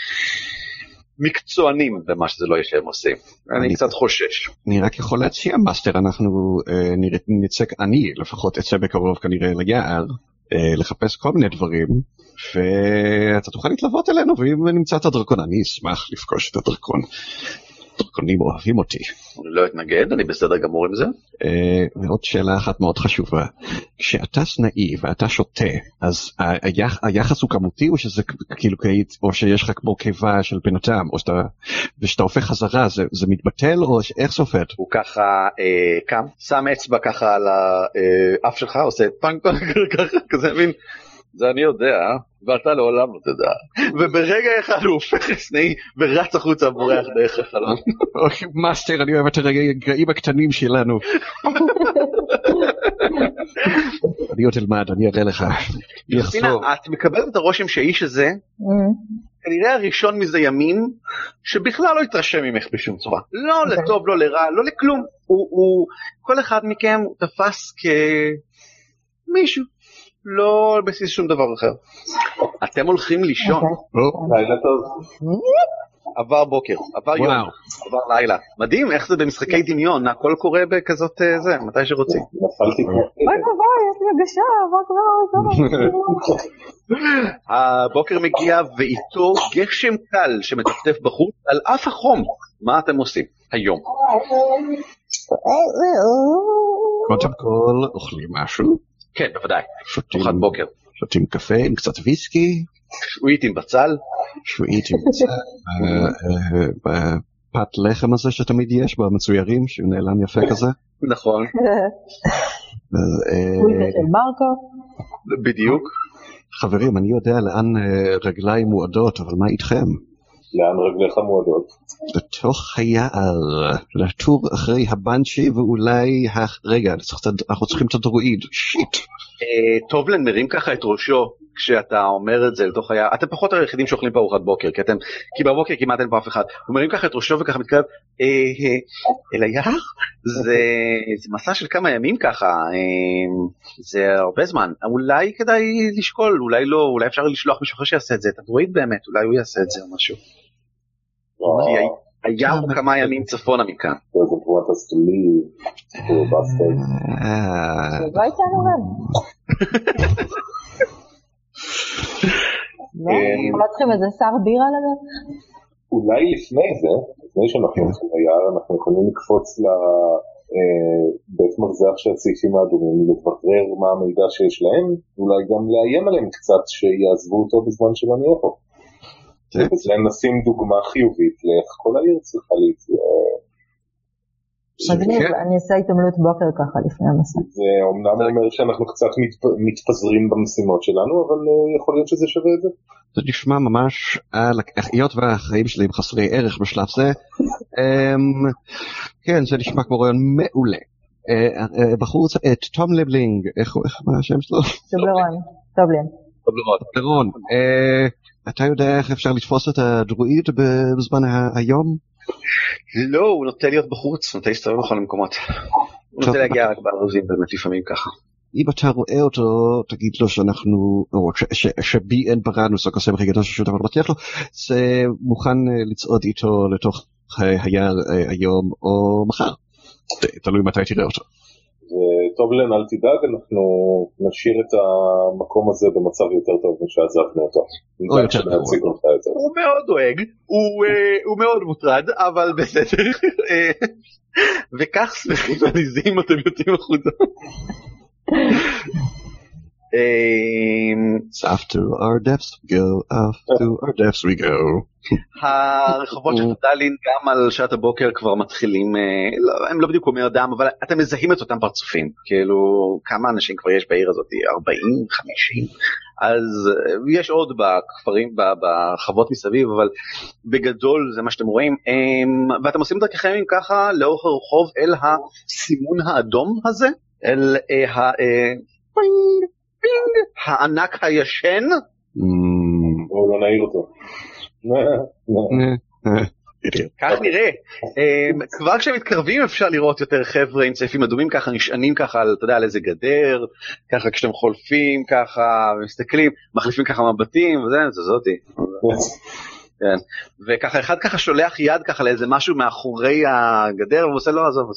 מקצוענים במה שזה לא יש שהם עושים, אני קצת חושש. אני רק יכול להציע, מאסטר, אנחנו נצא, אני לפחות אצא בקרוב כנראה ליער, לחפש כל מיני דברים, ואתה תוכל להתלוות אלינו, ואם נמצא את הדרקון, אני אשמח לפגוש את הדרקון. דרקונים אוהבים אותי. אני לא אתנגד, אני בסדר גמור עם זה. ועוד שאלה אחת מאוד חשובה, כשאתה סנאי ואתה שותה, אז היחס הוא כמותי, או שזה כאילו או שיש לך כמו קיבה של בן אדם, או ושאתה הופך חזרה, זה מתבטל, או איך זה עובד? הוא ככה קם, שם אצבע ככה על האף שלך, עושה פנק פנק ככה, כזה מין, זה אני יודע, ואתה לעולם לא תדע. וברגע אחד הוא הופך לסנאי ורץ החוצה ובורח דרך החלון. מאסטר, אני אוהב את הרגעים הקטנים שלנו. אני עוד אלמד, אני אראה לך. את מקבלת את הרושם שהאיש הזה, כנראה הראשון מזה ימים, שבכלל לא יתרשם ממך בשום צורה. לא לטוב, לא לרע, לא לכלום. כל אחד מכם תפס כמישהו. לא על בסיס שום דבר אחר. אתם הולכים לישון. לילה טוב. עבר בוקר, עבר יום, עבר לילה. מדהים איך זה במשחקי דמיון, הכל קורה בכזאת זה, מתי שרוצים. נפלתי פה. בואי, יש לי הגשה, הבוקר מגיע ואיתו גשם קל שמטפטף בחוץ על אף החום. מה אתם עושים היום? קודם כל אוכלים משהו? כן, בוודאי. ארוחת בוקר. שותים קפה עם קצת ויסקי. שועית עם בצל. שועית עם בצל. בפת לחם הזה שתמיד יש במצוירים, שהוא נעלם יפה כזה. נכון. וויסקי של מרקו. בדיוק. חברים, אני יודע לאן רגליים מועדות, אבל מה איתכם? לאן רגליך מועדות? לתוך היער, לטור אחרי הבנצ'י ואולי, רגע, אנחנו צריכים את הדרואיד, שיט. טובלן מרים ככה את ראשו כשאתה אומר את זה לתוך היער, אתם פחות היחידים שאוכלים פה ארוחת בוקר, כי בבוקר כמעט אין פה אף אחד, הוא מרים ככה את ראשו וככה מתקרב, אל היער? זה מסע של כמה ימים ככה, זה הרבה זמן, אולי כדאי לשקול, אולי לא, אולי אפשר לשלוח מישהו אחר שיעשה את זה, את הדרואיד באמת, אולי הוא יעשה את זה או משהו. כי היער הוא כמה ימים צפונה מכאן. זה תבואת הסטולי, הוא בסטייק. לא איתנו גם. לא צריכים איזה שר בירה לזה? אולי לפני שאנחנו הולכים ליער, אנחנו יכולים לקפוץ לבית מרזח של הצעיפים האדומים, לברר מה המידע שיש להם, אולי גם לאיים עליהם קצת שיעזבו אותו בזמן שלא נהיה פה. נשים דוגמה חיובית לאיך כל העיר צריכה להתייער. מגניב, אני אעשה התעמלות בוקר ככה לפני המסע. זה אומנם אומר שאנחנו קצת מתפזרים במשימות שלנו, אבל יכול להיות שזה שווה את זה. זה נשמע ממש, היות והחיים שלי הם חסרי ערך בשלב זה, כן, זה נשמע כמו רעיון מעולה. בחור את תום לבלינג, איך מה השם שלו? טובלרון. אתה יודע איך אפשר לתפוס את הדרואיד בזמן היום? לא, הוא נוטה להיות בחוץ, נוטה להסתובב בכל המקומות. הוא נוטה להגיע רק בארוזים באמת לפעמים ככה. אם אתה רואה אותו, תגיד לו שאנחנו, שבי אין בראנו, זה קוסם רגע ששוט, אבל בטח לו, זה מוכן לצעוד איתו לתוך היה היום או מחר, תלוי מתי תראה אותו. וטוב לן, אל תדאג, אנחנו נשאיר את המקום הזה במצב יותר טוב משעזבנו אותו. או יותר טוב. הוא מאוד דואג, הוא מאוד מוטרד, אבל בסדר. וכך שמחים ועליזים אתם יוצאים החוצה. Off to our depths we go, off to our depths we go. הרחובות של דלין גם על שעת הבוקר כבר מתחילים, הם לא בדיוק אומר דם, אבל אתם מזהים את אותם פרצופים, כאילו כמה אנשים כבר יש בעיר הזאת, 40, 50, אז יש עוד בכפרים, ברחובות מסביב, אבל בגדול זה מה שאתם רואים, ואתם עושים דרככם ככה לאורך הרחוב אל הסימון האדום הזה, אל הענק הישן. או לא נעיר אותו. כך נראה. כבר כשהם מתקרבים אפשר לראות יותר חבר'ה עם צעיפים אדומים ככה נשענים ככה אתה יודע על איזה גדר, ככה כשאתם חולפים ככה מסתכלים מחליפים ככה מבטים וזה זאתי. וככה אחד ככה שולח יד ככה לאיזה משהו מאחורי הגדר ועושה לו עזוב.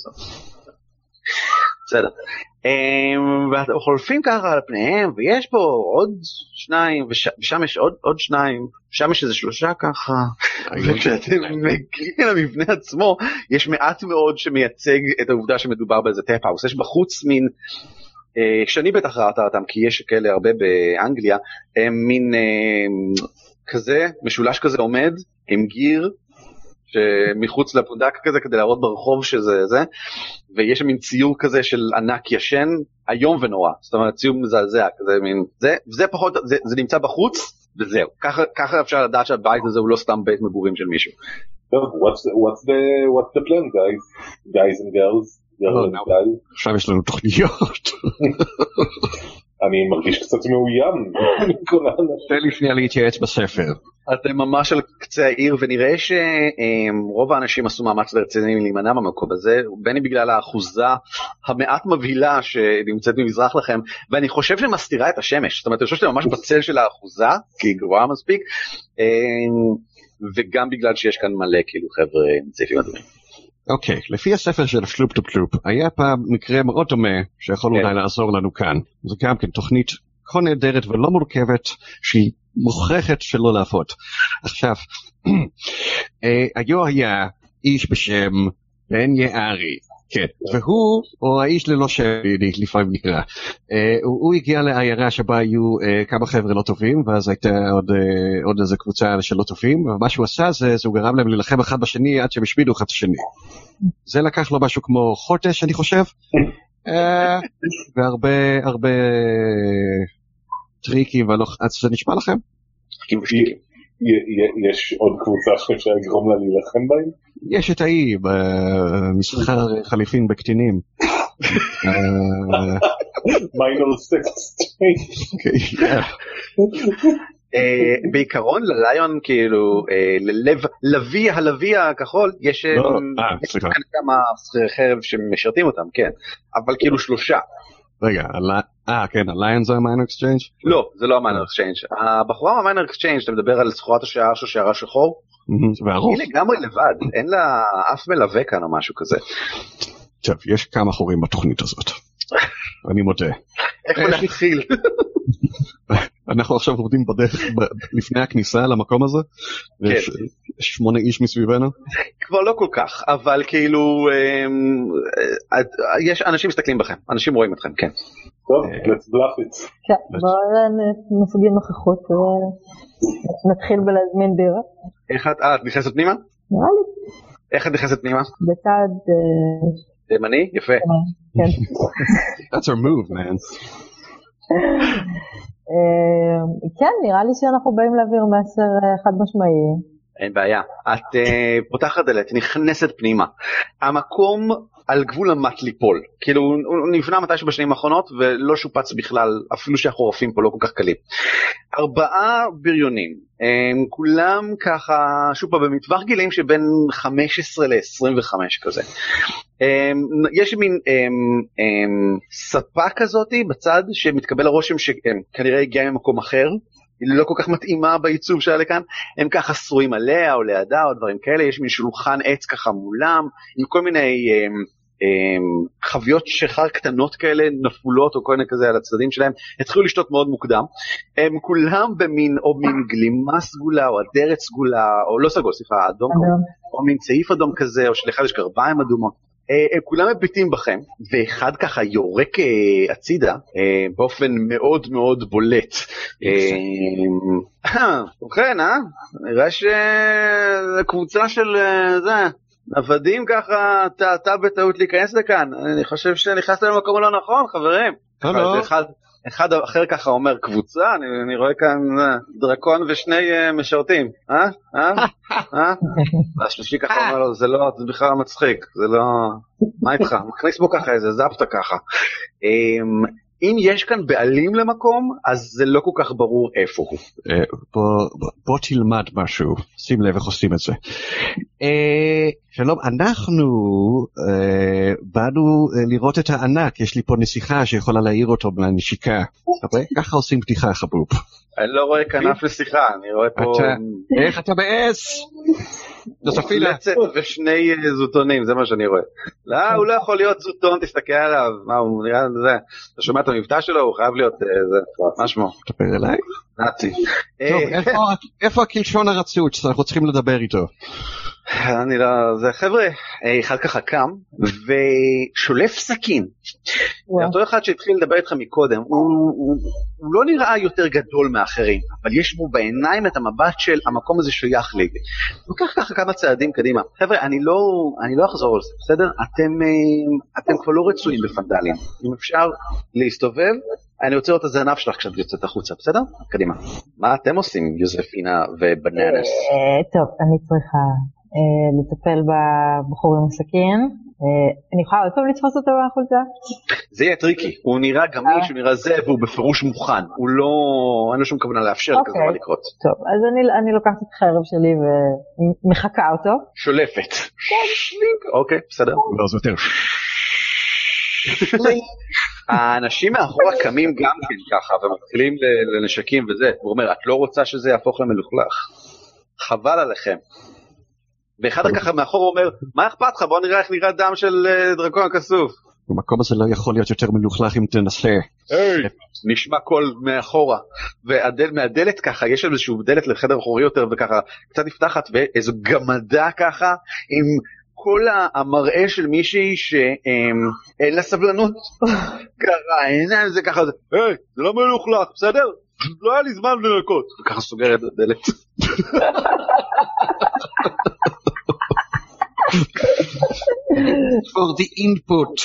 בסדר. ואתם חולפים ככה על פניהם ויש פה עוד שניים ושם יש עוד שניים, שם יש איזה שלושה ככה, וכשאתם מגיעים למבנה עצמו יש מעט מאוד שמייצג את העובדה שמדובר באיזה טאפ-האוס. יש בחוץ מין שאני בטח ראתה אותם כי יש כאלה הרבה באנגליה, מין כזה משולש כזה עומד עם גיר שמחוץ לפונדק כזה כדי להראות ברחוב שזה זה, ויש שם מין ציור כזה של ענק ישן, היום ונורא, זאת אומרת ציור מזעזע כזה מין, זה פחות, זה נמצא בחוץ וזהו, ככה אפשר לדעת שהבית הזה הוא לא סתם בית מגורים של מישהו. What's the plan guys and girls? עכשיו יש לנו תוכניות. אני מרגיש קצת מאוים. תן לי שנייה להתייעץ בספר. אתם ממש על קצה העיר ונראה שרוב האנשים עשו מאמץ רציני להימנע במקום הזה, בין אם בגלל האחוזה המעט מבהילה שנמצאת ממזרח לכם, ואני חושב שמסתירה את השמש, זאת אומרת אני חושב שאתם ממש בצל של האחוזה, כי היא גבוהה מספיק, וגם בגלל שיש כאן מלא כאילו חבר'ה צעיפים אדומים. אוקיי, לפי הספר של שלופ טופ טופ, היה פעם מקרה מאוד דומה שיכול אולי לעזור לנו כאן. זה גם כן תוכנית כה נהדרת ולא מורכבת שהיא מוכרחת שלא לעבוד. עכשיו, היה איש בשם בן יערי, כן, והוא, או האיש ללא שלפעמים נקרא, הוא הגיע לעיירה שבה היו כמה חבר'ה לא טובים, ואז הייתה עוד איזו קבוצה של לא טובים, ומה שהוא עשה זה הוא גרם להם להילחם אחד בשני עד שהם השמידו אחד השני. זה לקח לו משהו כמו חודש, אני חושב, והרבה טריקים, אז זה נשמע לכם? יש עוד קבוצה שאפשר לגרום לה להילחם בהם? יש את האי, במסחר חליפין בקטינים. מיינור סקס. בעיקרון לליון כאילו ללוי הכחול יש כמה חרב שמשרתים אותם, כן, אבל כאילו 3. רגע, כן, הליון זה המיינר אקסצ'יינג'? לא, זה לא המיינר אקסצ'יינג'. הבחורה מהמיינר אקסצ'יינג', אתה מדבר על סחורת השער של שערה שחור? היא לגמרי לבד, אין לה אף מלווה כאן או משהו כזה. טוב, יש כמה חורים בתוכנית הזאת. אני מודה. איך נתחיל? אנחנו עכשיו עובדים בדרך לפני הכניסה למקום הזה, ויש 8 איש מסביבנו. כבר לא כל כך, אבל כאילו, יש אנשים מסתכלים בכם, אנשים רואים אתכם, כן. טוב, let's bluff it. כן, בואו נפגין נוכחות, נתחיל בלהזמין בירה. איך את נכנסת פנימה? נראה לי. איך את נכנסת פנימה? בצד... תימני? יפה. כן. That's our move, man. כן, נראה לי שאנחנו באים להעביר מסר חד משמעי. אין בעיה. את פותחת דלת, נכנסת פנימה. המקום על גבול המת ליפול. כאילו הוא נבנה מתישהו בשנים האחרונות ולא שופץ בכלל, אפילו שהחורפים פה לא כל כך קלים. 4 בריונים, כולם ככה, שוב פה במטווח גילים שבין 15 ל-25 כזה. יש מין ספה כזאת בצד שמתקבל הרושם שכנראה הגיע ממקום אחר, היא לא כל כך מתאימה בעיצוב שלה לכאן, הם ככה שרועים עליה או לידה או דברים כאלה, יש מין שולחן עץ ככה מולם, עם כל מיני חביות שחר קטנות כאלה, נפולות או כל מיני כזה על הצדדים שלהם, התחילו לשתות מאוד מוקדם, הם כולם במין או מין גלימה סגולה או אדרת סגולה, או לא סגול, סליחה, אדום, או מין צעיף אדום כזה, או שלאחד יש גרביים אדומות, הם כולם מביטים בכם, ואחד ככה יורק הצידה, באופן מאוד מאוד בולט. ובכן, נראה שקבוצה של זה, עבדים ככה, טעתה בטעות להיכנס לכאן, אני חושב שנכנס למקום לא נכון, חברים. אחד אחר ככה אומר קבוצה, אני רואה כאן דרקון ושני משרתים, והשלישי ככה אומר לו, זה לא, זה בכלל מצחיק, זה לא, מה איתך? מכניס בו ככה איזה זפטה ככה. אם יש כאן בעלים למקום, אז זה לא כל כך ברור איפה הוא. בוא תלמד משהו, שים לב איך עושים את זה. שלום, אנחנו באנו לראות את הענק, יש לי פה נסיכה שיכולה להעיר אותו בנשיקה. ככה עושים פתיחה חבוב. אני לא רואה כנף לשיחה, אני רואה פה... איך אתה בעס? לצת ושני זוטונים, זה מה שאני רואה. לא, הוא לא יכול להיות זוטון, תסתכל עליו, מה הוא נראה לזה, אתה שומע את המבטא שלו, הוא חייב להיות מה שמו? תדבר אליי? נאצי. טוב, איפה הקלשון הרצות שאנחנו צריכים לדבר איתו? אני לא, זה חבר'ה, אחד ככה קם ושולף סכין. אותו אחד שהתחיל לדבר איתך מקודם, הוא לא נראה יותר גדול מאחרים, אבל יש בו בעיניים את המבט של המקום הזה שייך לי. לוקח ככה כמה צעדים קדימה. חבר'ה, אני לא אחזור על זה, בסדר? אתם כבר לא רצויים בפנדלים. אם אפשר להסתובב, אני רוצה לראות את הזנב שלך כשאת יוצאת החוצה, בסדר? קדימה. מה אתם עושים, יוזפינה ובננס? טוב, אני צריכה לטפל בבחור עם הסכין. אני יכולה עוד פעם לתפוס אותו מהחולצה? זה יהיה טריקי, הוא נראה גמיש, הוא נראה זה, והוא בפירוש מוכן, הוא לא, אין לו שום כוונה לאפשר כזה מה לקרות. טוב, אז אני לוקחת את החרב שלי ומחכה אותו. שולפת. אוקיי, בסדר. לא, זה יותר. האנשים מאחורה קמים גם כן ככה, ומתחילים לנשקים וזה, הוא אומר, את לא רוצה שזה יהפוך למלוכלך, חבל עליכם. ואחד ככה מאחור אומר, מה אכפת לך? בוא נראה איך נראה דם של דרקון כסוף. במקום הזה לא יכול להיות יותר מלוכלך אם תנסה. נשמע קול מאחורה, ומהדלת ככה, יש איזשהו דלת לחדר אחורי יותר, וככה קצת נפתחת, ואיזו גמדה ככה, עם כל המראה של מישהי שאין לה סבלנות. ככה, אין זה ככה, היי, זה לא מלוכלך, בסדר? לא היה לי זמן לנקות. וככה סוגרת את הדלת. for the input.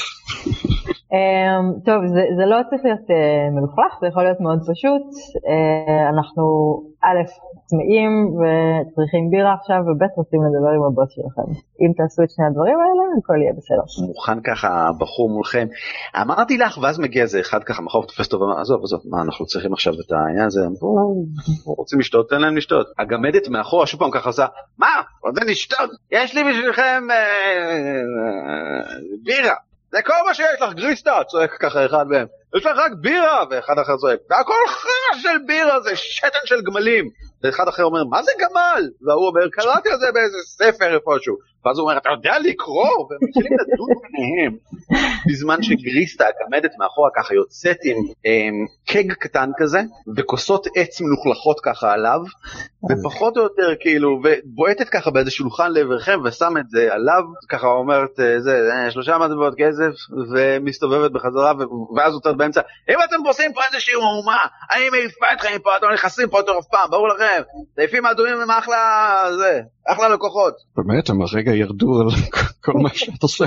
טוב, זה לא צריך להיות מלוכלך, זה יכול להיות מאוד פשוט. אנחנו א' צמאים וצריכים בירה עכשיו, וב' רוצים לדבר עם הבוס שלכם. אם תעשו את שני הדברים האלה, הכל יהיה בסדר. מוכן ככה בחור מולכם. אמרתי לך, ואז מגיע איזה אחד ככה, מחור תופס טוב, עזוב, מה, אנחנו צריכים עכשיו את העניין הזה, רוצים לשתות, תן להם לשתות. הגמדת מאחורה, שוב פעם ככה עושה, מה? רוצים לשתות? יש לי בשבילכם בירה. זה כל מה שיש לך, גריסטה, צועק ככה אחד מהם. יש לך רק בירה, ואחד אחר צועק. והכל חרא של בירה, זה שתן של גמלים. ואחד אחר אומר, מה זה גמל? והוא אומר, קראתי על זה באיזה ספר איפשהו. ואז הוא אומר, אתה יודע לקרוא? והם מתחילים לדון ביניהם. בזמן שגריסטה, הגמדת מאחורה ככה, יוצאת עם קג קטן כזה, וכוסות עץ מלוכלכות ככה עליו, ופחות או יותר כאילו, ובועטת ככה באיזה שולחן לעברכם, ושם את זה עליו, ככה אומרת, זה 3 מטבעות כסף, ומסתובבת בחזרה, ואז הוא צד באמצע, אם אתם עושים פה איזושהי מהומה, אני מעיפה אתכם מפה, אתם נכנסים פה יותר אף פעם, ברור לכם, סעיפים האדומים הם אחלה לקוחות. באמת, הם הרגע ירדו על כל מה שאת עושה.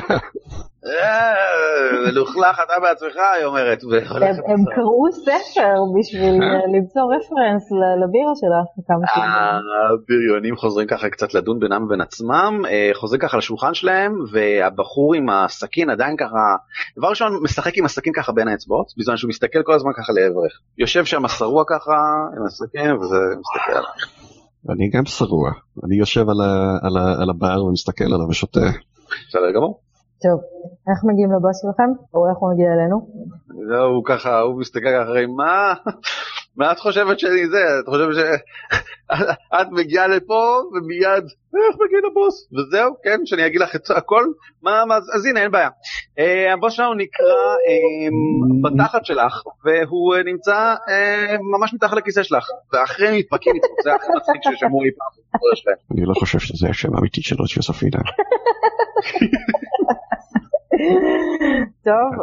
לוכלך אתה בעצמך, היא אומרת. הם קראו ספר בשביל למצוא רפרנס לבירה שלך. הבריונים חוזרים ככה קצת לדון בינם ובין עצמם, חוזרים ככה לשולחן שלהם, והבחור עם הסכין עדיין ככה, דבר ראשון משחק עם הסכין ככה בין האצבעות, בזמן שהוא מסתכל כל הזמן ככה לעברך. יושב שם שרוע ככה עם הסכין, וזה מסתכל עליו. אני גם שרוע, אני יושב על הבר ומסתכל עליו ושותה. בסדר גמור. טוב, איך מגיעים לבוס שלכם? או איך הוא מגיע אלינו? זהו ככה, הוא מסתכל אחרי מה? מה את חושבת שאני זה? את חושבת שאת מגיעה לפה ומיד, איך מגיע לבוס? וזהו, כן, שאני אגיד לך את הכל? אז הנה, אין בעיה. הבוס שלנו נקרא בתחת שלך, והוא נמצא ממש מתחת לכיסא שלך, ואחרי מתפקים איתו, זה הכי מצחיק ששמעו אי פעם. אני לא חושב שזה השם האמיתי שלו, יוספינה. טוב,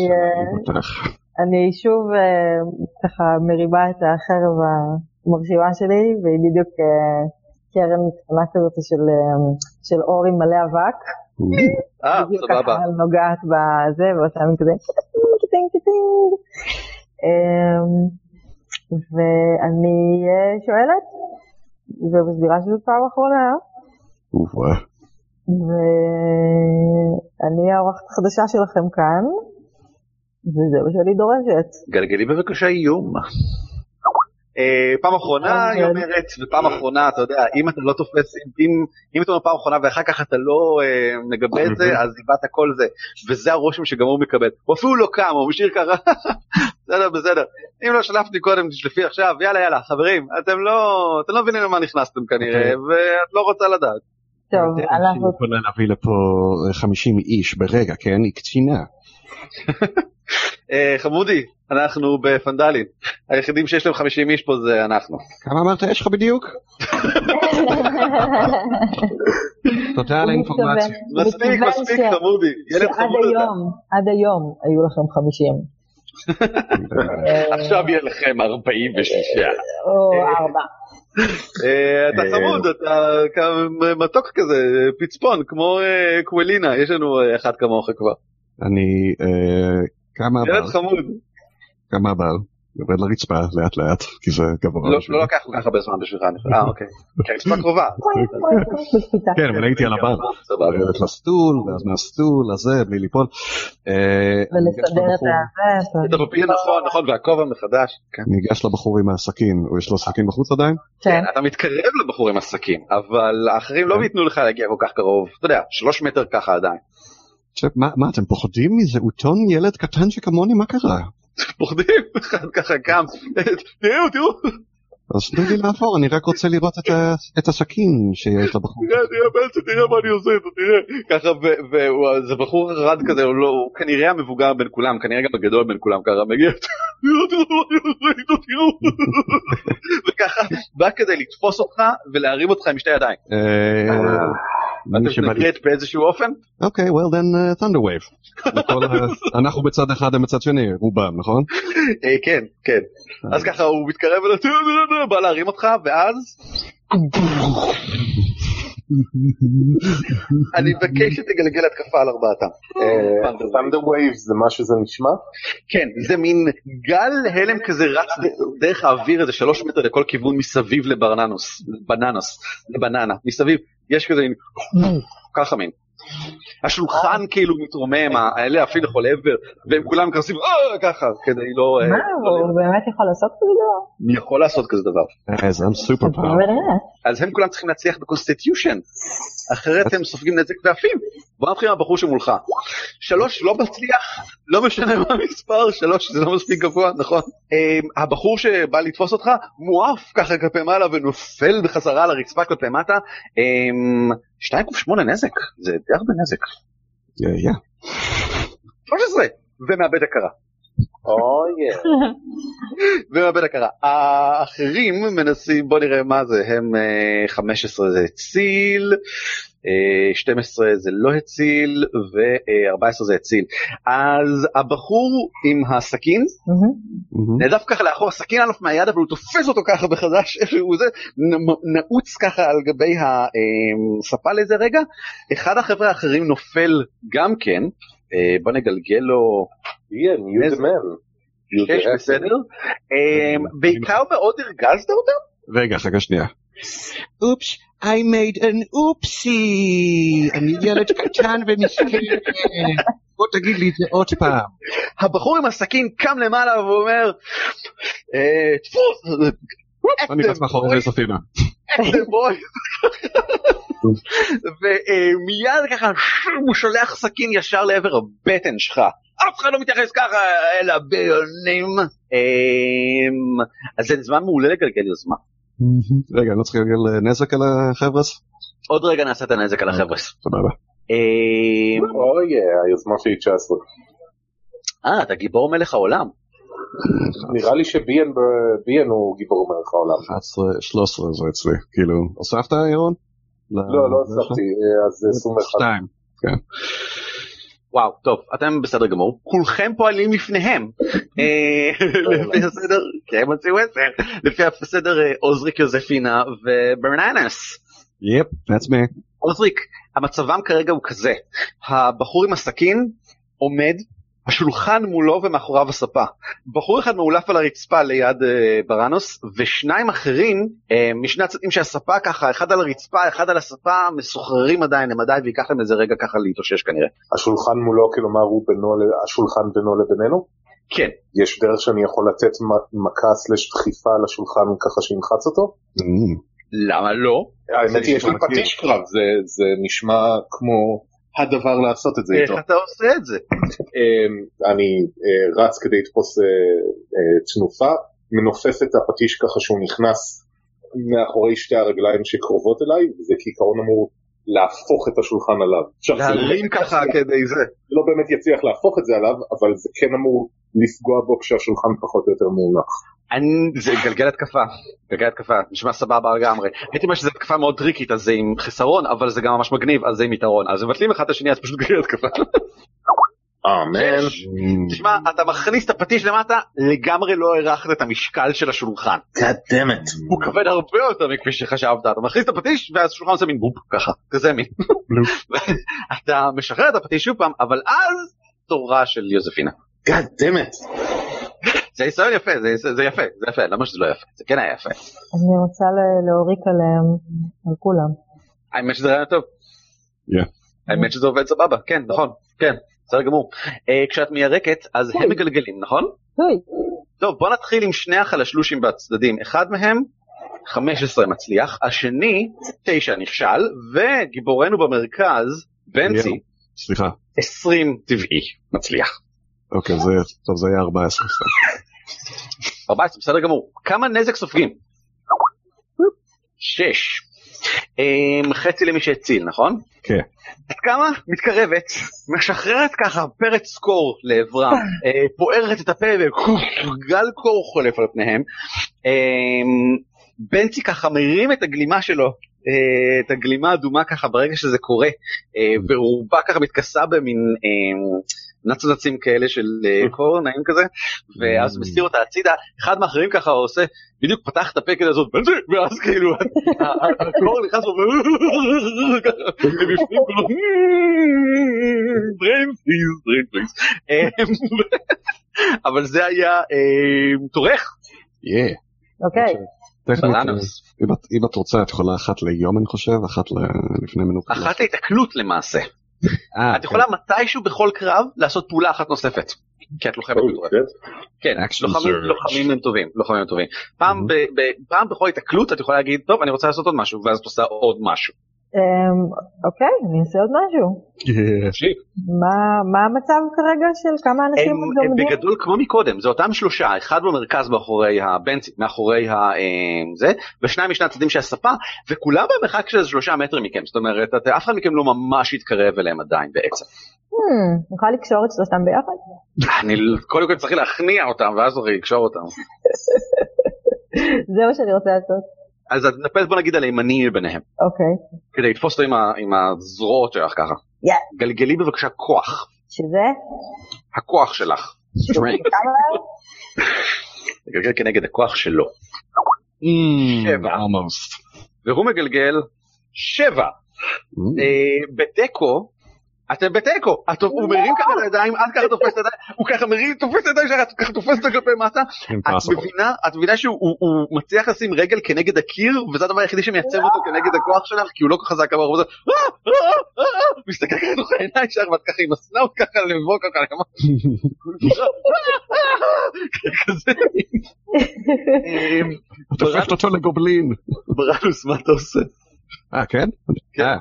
אני שוב ככה מריבה את החרב המרשימה שלי, והיא בדיוק קרן קטנה כזאת של אור עם מלא אבק. בדיוק ככה נוגעת בזה, ועושה מין כזה קטינג קטינג. ואני שואלת, ומסבירה שזאת פעם אחרונה, ואני האורחת החדשה שלכם כאן, וזה מה שאני דורשת. גלגלי בבקשה איום. פעם אחרונה היא אומרת, ופעם אחרונה, אתה יודע, אם אתה לא תופס, אם אתה אומר פעם אחרונה ואחר כך אתה לא מגבה את זה, אז איבדת כל זה, וזה הרושם שגם הוא מקבל. הוא אפילו לא קם, הוא משאיר ככה, בסדר. אם לא שלפתי קודם, תשלפי עכשיו, יאללה, חברים, אתם לא מבינים למה נכנסתם כנראה, ואת לא רוצה לדעת. טוב, אנחנו יכולה להביא לפה 50 איש ברגע, כן? היא קצינה. חמודי, אנחנו בפנדלים. היחידים שיש להם 50 איש פה זה אנחנו. כמה אמרת יש לך בדיוק? תודה על האינפורמציה. מספיק חמודי. עד היום היו לכם 50. עכשיו יהיה לכם 46. או 4. אתה חמוד, אתה מתוק כזה, פצפון, כמו קוולינה, יש לנו אחד כמוך כבר. אני, כמה הבא? ילד חמוד. כמה הבא? יורד לרצפה לאט לאט, כי זה גבוה. לא לקח כל כך הרבה זמן בשבילך, אוקיי. כי הרצפה קרובה. כן, אבל הייתי על הבר. לרדת לסטול, ואז מהסטול, הזה, בלי ליפול. ולסדר את הפפיל, נכון, והכובע מחדש. ניגש לבחור עם הסכין, או יש לו סכין בחוץ עדיין? כן, אתה מתקרב לבחור עם הסכין, אבל האחרים לא ייתנו לך להגיע כל כך קרוב. אתה יודע, 3 מטר ככה עדיין. מה, אתם פוחדים מזה? אוטון ילד קטן שכמוני, מה קרה? פוחדים, ככה קם, תראו. אז תנו לי לעבור, אני רק רוצה לראות את הסכין שיש לבחור. תראה מה אני עושה, תראה. ככה, וזה בחור רד כזה, הוא כנראה המבוגר בין כולם, כנראה גם הגדול בין כולם, ככה מגיע, תראו. וככה, בא כדי לתפוס אותך ולהרים אותך עם 2 ידיים. אתה מתנגד באיזשהו אופן? אוקיי, well then Thunderwave. אנחנו בצד אחד, הם בצד שני, רובם, נכון? כן. אז ככה הוא מתקרב בא להרים אותך, ואז אני מבקש שתגלגל התקפה על 4. Thunderwave זה מה שזה נשמע? כן, זה מין גל הלם כזה רץ דרך האוויר, איזה 3 מטר לכל כיוון מסביב לבננה, מסביב, יש כזה ככה מין. השולחן כאילו מתרומם, האלה אפילו לכל עבר, והם כולם קרסים, ככה, כדי לא... מה, הוא באמת יכול לעשות כזה דבר? אני יכול לעשות כזה דבר. אז הם סופר פאוור. אז הם כולם צריכים להצליח בקונסטיטיושן, אחרת הם סופגים נזק ועפים. בוא נתחיל מהבחור שמולך. 3 לא מצליח, לא משנה מה המספר, 3 זה לא מספיק גבוה, נכון? הבחור שבא לתפוס אותך, מואף ככה כלפי מעלה ונופל בחזרה לרצפה כלפי מטה. 2.8 נזק, זה די הרבה נזק. 13, ומאבד הכרה. ומאבד הכרה. האחרים מנסים, בוא נראה מה זה, הם 15 זה הציל, 12 זה לא הציל, ו14 זה הציל. אז הבחור עם הסכין, נעדף ככה לאחור, הסכין עליו מהיד, אבל הוא תופס אותו ככה בחדש, איפשהו זה, נעוץ ככה על גבי הספה לאיזה רגע, אחד החבר'ה האחרים נופל גם כן, בוא נגלגל לו, בסדר, בעיקר מאוד הרגזת אותם? רגע, חכה שנייה. אופס, I made an oopsie. אני ילד קטן ומסכן. בוא תגיד לי את זה עוד פעם. הבחור עם הסכין קם למעלה ואומר, תפוס. אני רץ מאחורי ספינה. בוי. ומיד ככה הוא שולח סכין ישר לעבר הבטן שלך. אף אחד לא מתייחס ככה אל הביונים. אז זה זמן מעולה לגלגל יוזמה. רגע, אני לא צריך לגלגל נזק על החבר'ס? עוד רגע נעשה את הנזק על החבר'ס. תודה רבה. אוי, היוזמה שלי 19. אתה גיבור מלך העולם. נראה לי שביאן הוא גיבור מלך העולם. 11, 13 זה אצלי. כאילו, הוספת ירון? לא הוספתי, אז 21. 2. כן. וואו, טוב, אתם בסדר גמור. כולכם פועלים לפניהם. לפי הסדר, כי הם הוציאו 10. לפי הסדר עוזריק, יוזפינה וברננס. יפ, that's me. עוזריק, המצבם כרגע הוא כזה. הבחור עם הסכין עומד, השולחן מולו ומאחוריו הספה. בחור אחד מעולף על הרצפה ליד ברנוס, ושניים אחרים משני הצדדים שהספה ככה, אחד על הרצפה, אחד על הספה, מסוחררים עדיין, הם עדיין, ויקח להם איזה רגע ככה להתאושש כנראה. השולחן מולו, כלומר הוא השולחן בינו לבינינו? כן. יש דרך שאני יכול לתת מכה סלש דחיפה על השולחן ככה שינחץ אותו? למה לא? האמת יש לי פטיש קרב, זה נשמע כמו הדבר לעשות את זה איתו. איך אתה עושה את זה? אני רץ כדי לתפוס תנופה, מנופף את הפטיש ככה שהוא נכנס מאחורי שתי הרגליים שקרובות אליי, וזה כעיקרון אמור להפוך את השולחן עליו. להרים ככה כדי זה. לא באמת יצליח להפוך את זה עליו, אבל זה כן אמור לפגוע בו כשהשולחן פחות או יותר מונח. זה גלגל התקפה, נשמע סבבה לגמרי. הייתי אומר שזו התקפה מאוד טריקית, אז זה עם חיסרון, אבל זה גם ממש מגניב, אז זה עם יתרון. אז מבטלים אחד את השני, אז פשוט גלגל התקפה. אמן. תשמע, אתה מכניס את הפטיש למטה, לגמרי לא הערכת את המשקל של השולחן. God damn it. הוא כבד הרבה יותר מכפי שחשבת. אתה מכניס את הפטיש, ואז השולחן עושה מין בופ, ככה, כזה מין. אתה משחרר את הפטיש שוב פעם, אבל אז תורה של יוזפינה. God damn it. זה ניסיון יפה, זה יפה, למה שזה לא יפה? זה כן היה יפה. אני רוצה להוריק עליהם, על כולם. האמת שזה רעיון טוב. האמת שזה עובד סבבה, כן, נכון, כן, בסדר גמור. כשאת מיירקת, אז הם מגלגלים, נכון? טוב, בוא נתחיל עם שני החלשלושים בצדדים. אחד מהם, 15 מצליח, השני, 9 נכשל, וגיבורנו במרכז, בנצי, 20 טבעי מצליח. אוקיי, טוב, זה היה 14. 14, בסדר גמור. כמה נזק סופגים? 6. חצי למי שהציל, נכון? כן. עד כמה? מתקרבת, משחררת ככה פרץ קור לעברם, פוערת את הפה וגל קור חולף על פניהם. בנצי ככה מרים את הגלימה שלו, את הגלימה האדומה ככה ברגע שזה קורה, והוא בא ככה מתכסה במין נצנצים כאלה של קור נעים כזה, ואז מסתיר אותה הצידה. אחד מאחרים ככה עושה, בדיוק פתח את הפה כדי לעשות בנצי, ואז כאילו הקור נכנס לו ובפנים כולו drain please. אבל זה היה תורך. אוקיי. אם את רוצה, את יכולה אחת ליום אני חושב, אחת לפני מנוחה. אחת להתקלות למעשה. את יכולה מתישהו בכל קרב לעשות פעולה אחת נוספת. כי את לוחמת בטוח. כן, לוחמים הם טובים. פעם בכל התקלות את יכולה להגיד, טוב, אני רוצה לעשות עוד משהו, ואז את עושה עוד משהו. אוקיי, אני אעשה עוד משהו. מה המצב כרגע של כמה אנשים עומדים? בגדול כמו מקודם, זה אותם שלושה, אחד במרכז מאחורי הבנצי, מאחורי זה, ושניים משני הצדדים של הספה, וכולם במרחק של 3 מטרים מכם, זאת אומרת, אף אחד מכם לא ממש יתקרב אליהם עדיין בעצם. נוכל לקשור את שלושתם ביחד? אני קודם כל צריך להכניע אותם, ואז נוכל לקשור אותם. זה מה שאני רוצה לעשות. אז נפס בוא נגיד על הימני ביניהם. אוקיי. כדי לתפוס אותו עם הזרועות שלך ככה. גלגלי בבקשה כוח. שזה? הכוח שלך. גלגל כנגד הכוח שלו. 7. והוא מגלגל 7. בטקו, אתם בטקו, הוא מרים ככה לידיים, את ככה תופסת לידיים, הוא ככה מרים, תופסת לידיים שלך, את ככה תופסת כלפי מטה, את מבינה שהוא מצליח לשים רגל כנגד הקיר, וזה הדבר היחידי שמייצב אותו כנגד הכוח שלך, כי הוא לא ככה חזק, אבל הוא מסתכל ככה לתוך העיניים שלך, ואת ככה עם הסנאוט ככה לבוא ככה, כזה. תופסת אותו לגובלין. ברנוס, מה אתה עושה? כן? כן.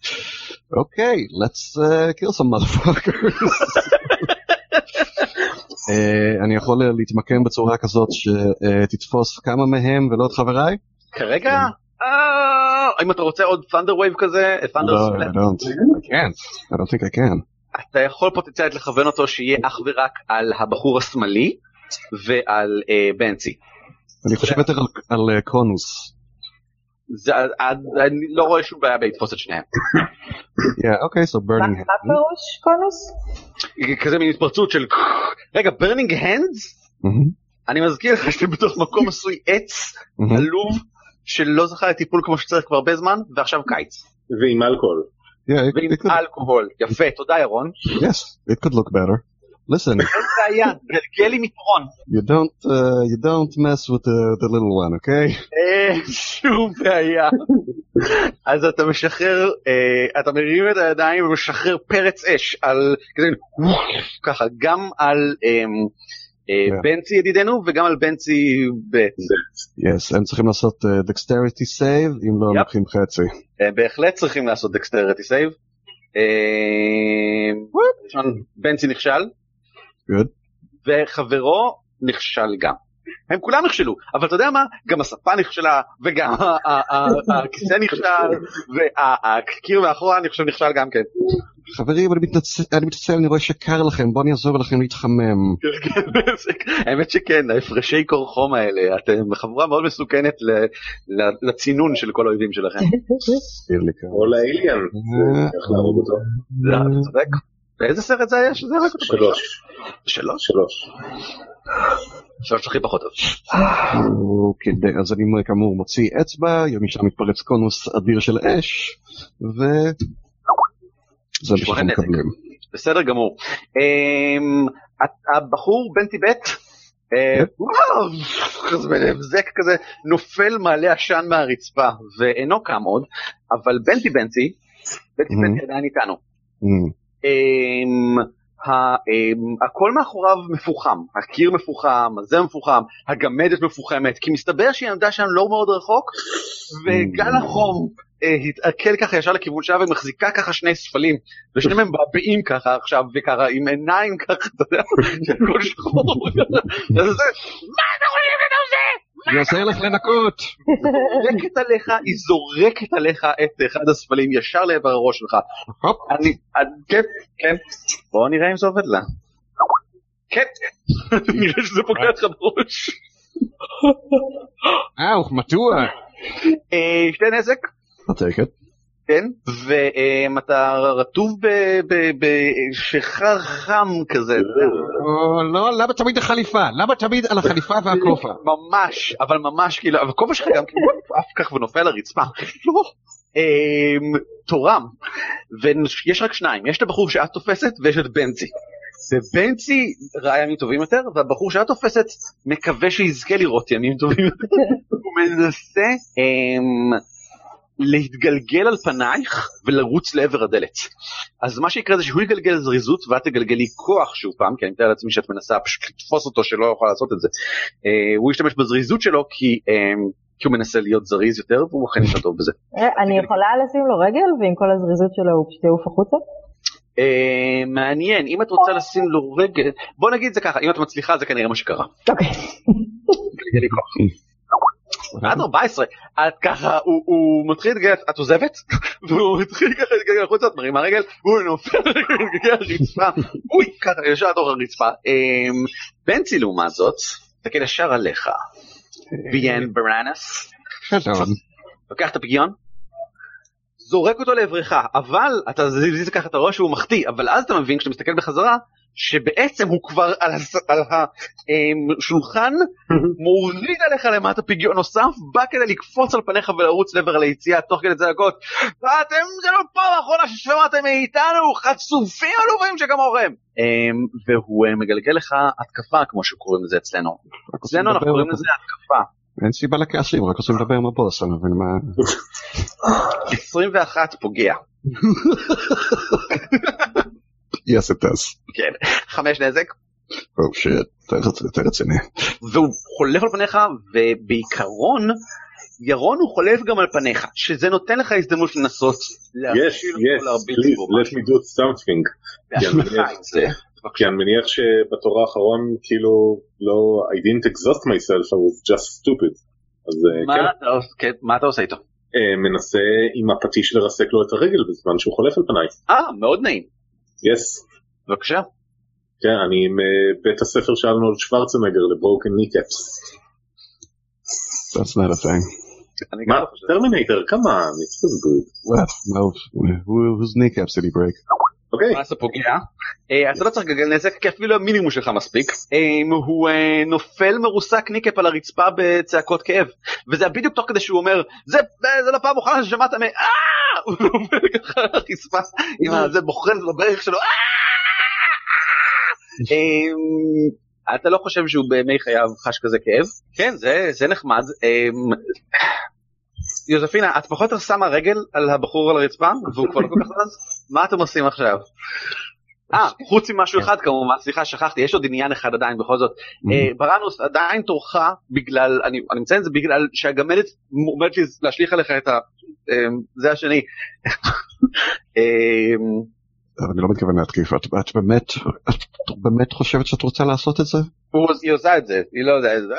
Okay, let's kill some motherfuckers. אני יכול להתמקם בצורה כזאת שתתפוס כמה מהם ולא את חבריי? כרגע? אם אתה רוצה עוד Thunder Wave כזה? לא, I don't think I can. אתה יכול פוטנציאלית לכוון אותו שיהיה אך ורק על הבחור השמאלי ועל בנצי. אני חושב יותר על קונוס. אני לא רואה שום בעיה בהתפוס את שניהם. אוקיי, so burning hands. מה פירוש קונוס? כזה מין התפרצות של רגע, burning hands? אני מזכיר לך שאתם בתוך מקום עשוי עץ עלוב שלא זכה לטיפול כמו שצריך כבר הרבה זמן, ועכשיו קיץ. ועם אלכוהול. ועם אלכוהול. יפה, תודה ירון. Yes, it could look better. Listen. אין בעיה, גלגל עם יתרון. You don't mess with the little one, okay? שום בעיה. אז אתה משחרר, אתה מרים את הידיים ומשחרר פרץ אש על, ככה, גם על בנצי ידידנו וגם על בנצי בית. Yes, הם צריכים לעשות dexterity save, אם לא הם לוקחים חצי. בהחלט צריכים לעשות dexterity save. בנצי נכשל. Good. וחברו נכשל גם. הם כולם נכשלו, אבל אתה יודע מה? גם הספה נכשלה, וגם הכיסא נכשל, והקיר מאחורה אני חושב נכשל גם כן. חברים, אני מתנצל, אני רואה שקר לכם, בואו אני אעזור לכם להתחמם. האמת שכן, ההפרשי קור חום האלה, אתם חבורה מאוד מסוכנת לצינון של כל האויבים שלכם. או לאיליאן, איך להרוג אותו. אתה צודק. באיזה סרט זה היה שזה רק אותו? 3. 3 הכי פחות טוב. אוקיי, אז אני כאמור מוציא אצבע, משם מתפרץ קונוס אדיר של אש, וזה מה שאנחנו מקבלים. בסדר גמור. הבחור בן טיבט, זה כזה נופל מעלה עשן מהרצפה, ואינו קם עוד, אבל בן טיבנצי עדיין איתנו. הכל מאחוריו מפוחם, הקיר מפוחם, הזה מפוחם, הגמדת מפוחמת, כי מסתבר שהיא עמדה שם לא מאוד רחוק, וגל החום התעכל ככה ישר לכיוון שלה, ומחזיקה ככה שני ספלים, ושניהם הם מבעים ככה עכשיו, וככה עם עיניים ככה, אתה יודע, שהכל שחור, מה אתה חושב את זה? היא עושה לך לנקות. היא זורקת עליך את אחד הספלים ישר לעבר הראש שלך. כן, כן. בוא נראה אם זה עובד לה. כן. נראה שזה פוגע לך בראש. מתוח. 2 נזק. מתקת. כן, ואתה רטוב בשחר חם כזה. לא, למה תמיד החליפה? למה תמיד על החליפה והקופה? ממש, אבל ממש כאילו, אבל הקופה שלך גם כאילו עף כך ונופל לרצפה. תורם, ויש רק 2, יש את הבחור שאת תופסת ויש את בנצי. ובנצי ראה ימים טובים יותר, והבחור שאת תופסת מקווה שיזכה לראות ימים טובים יותר. הוא מנסה להתגלגל על פנייך ולרוץ לעבר הדלת. אז מה שיקרה זה שהוא יגלגל זריזות ואת תגלגלי כוח שוב פעם, כי אני מתאר לעצמי שאת מנסה פשוט לתפוס אותו שלא יכול לעשות את זה. הוא ישתמש בזריזות שלו כי הוא מנסה להיות זריז יותר, והוא אכן נשאר טוב בזה. אני יכולה לשים לו רגל ועם כל הזריזות שלו הוא פשוט יעוף החוצה? מעניין, אם את רוצה לשים לו רגל, בוא נגיד זה ככה, אם את מצליחה זה כנראה מה שקרה. אוקיי. גלגלי כוח. עד 14, את ככה, הוא מתחיל להתגלגל, את עוזבת? והוא מתחיל ככה להתגלגל החוצה, את מרימה רגל, והוא נופל להתגלגל הרצפה, אוי, ככה, ישר לתוך הרצפה. בנצי לעומת זאת, תקל ישר עליך, ביאן ברנס, לוקח את הפגיון, זורק אותו לעברך, אבל אתה זיז ככה את הראש שהוא מחטיא, אבל אז אתה מבין, כשאתה מסתכל בחזרה, שבעצם הוא כבר על השולחן, מוריד עליך למטה פגיון נוסף, בא כדי לקפוץ על פניך ולרוץ לעבר ליציאה, תוך כדי צעקות, ואתם, זה לא פעם האחרונה ששמעתם מאיתנו, חצופים עלובים שכמוכם. והוא מגלגל לך התקפה, כמו שקוראים לזה אצלנו. אצלנו אנחנו קוראים לזה התקפה. אין סיבה לכעסים, רק עושים לדבר עם הבוס, אני מבין מה... 21 פוגע. Yes, it does. כן, 5 נזק. Oh shit, יותר רציני. והוא חולף על פניך, ובעיקרון, ירון הוא חולף גם על פניך, שזה נותן לך הזדמנות לנסות להכשיל אותו להרביץ בו. Yes, let me do something. כי אני מניח שבתור האחרון, כאילו, לא, I didn't exhaust myself, I was just stupid. אז כן. מה אתה עושה איתו? מנסה עם הפטיש לרסק לו את הרגל בזמן שהוא חולף על פניי. מאוד נעים. Yes. בבקשה. כן, אני עם בית הספר של ארנולד שוורצנגר לברוקן ניקאפס. That's not a thing. מה? טרמינטור, come on, it's so good. Well, whose kneecaps did he break? אוקיי. מה זה פוגע? אתה לא צריך לגלגל נזק, כי אפילו המינימום שלך מספיק. הוא נופל מרוסק ניקאפ על הרצפה בצעקות כאב. וזה בדיוק תוך כדי שהוא אומר, זה לא פעם מוכנה ששמעת הוא נופל ככה על הרצפה, עם זה בוחרן בברך שלו, אתה לא חושב שהוא בימי חייו חש כזה כאב? כן, זה נחמד. יוזפינה, את פחות שמה רגל על הבחור על הרצפה, והוא כבר לא כל כך זז? מה אתם עושים עכשיו? חוץ ממשהו אחד כמובן, סליחה, שכחתי, יש עוד עניין אחד עדיין בכל זאת. ברנוס, עדיין תורך בגלל, אני מציין את זה בגלל שהגמלת עומדת להשליך עליך את זה השני. אני לא מתכוון להתקיף, את באמת חושבת שאת רוצה לעשות את זה? היא עושה את זה, היא לא יודעת את זה.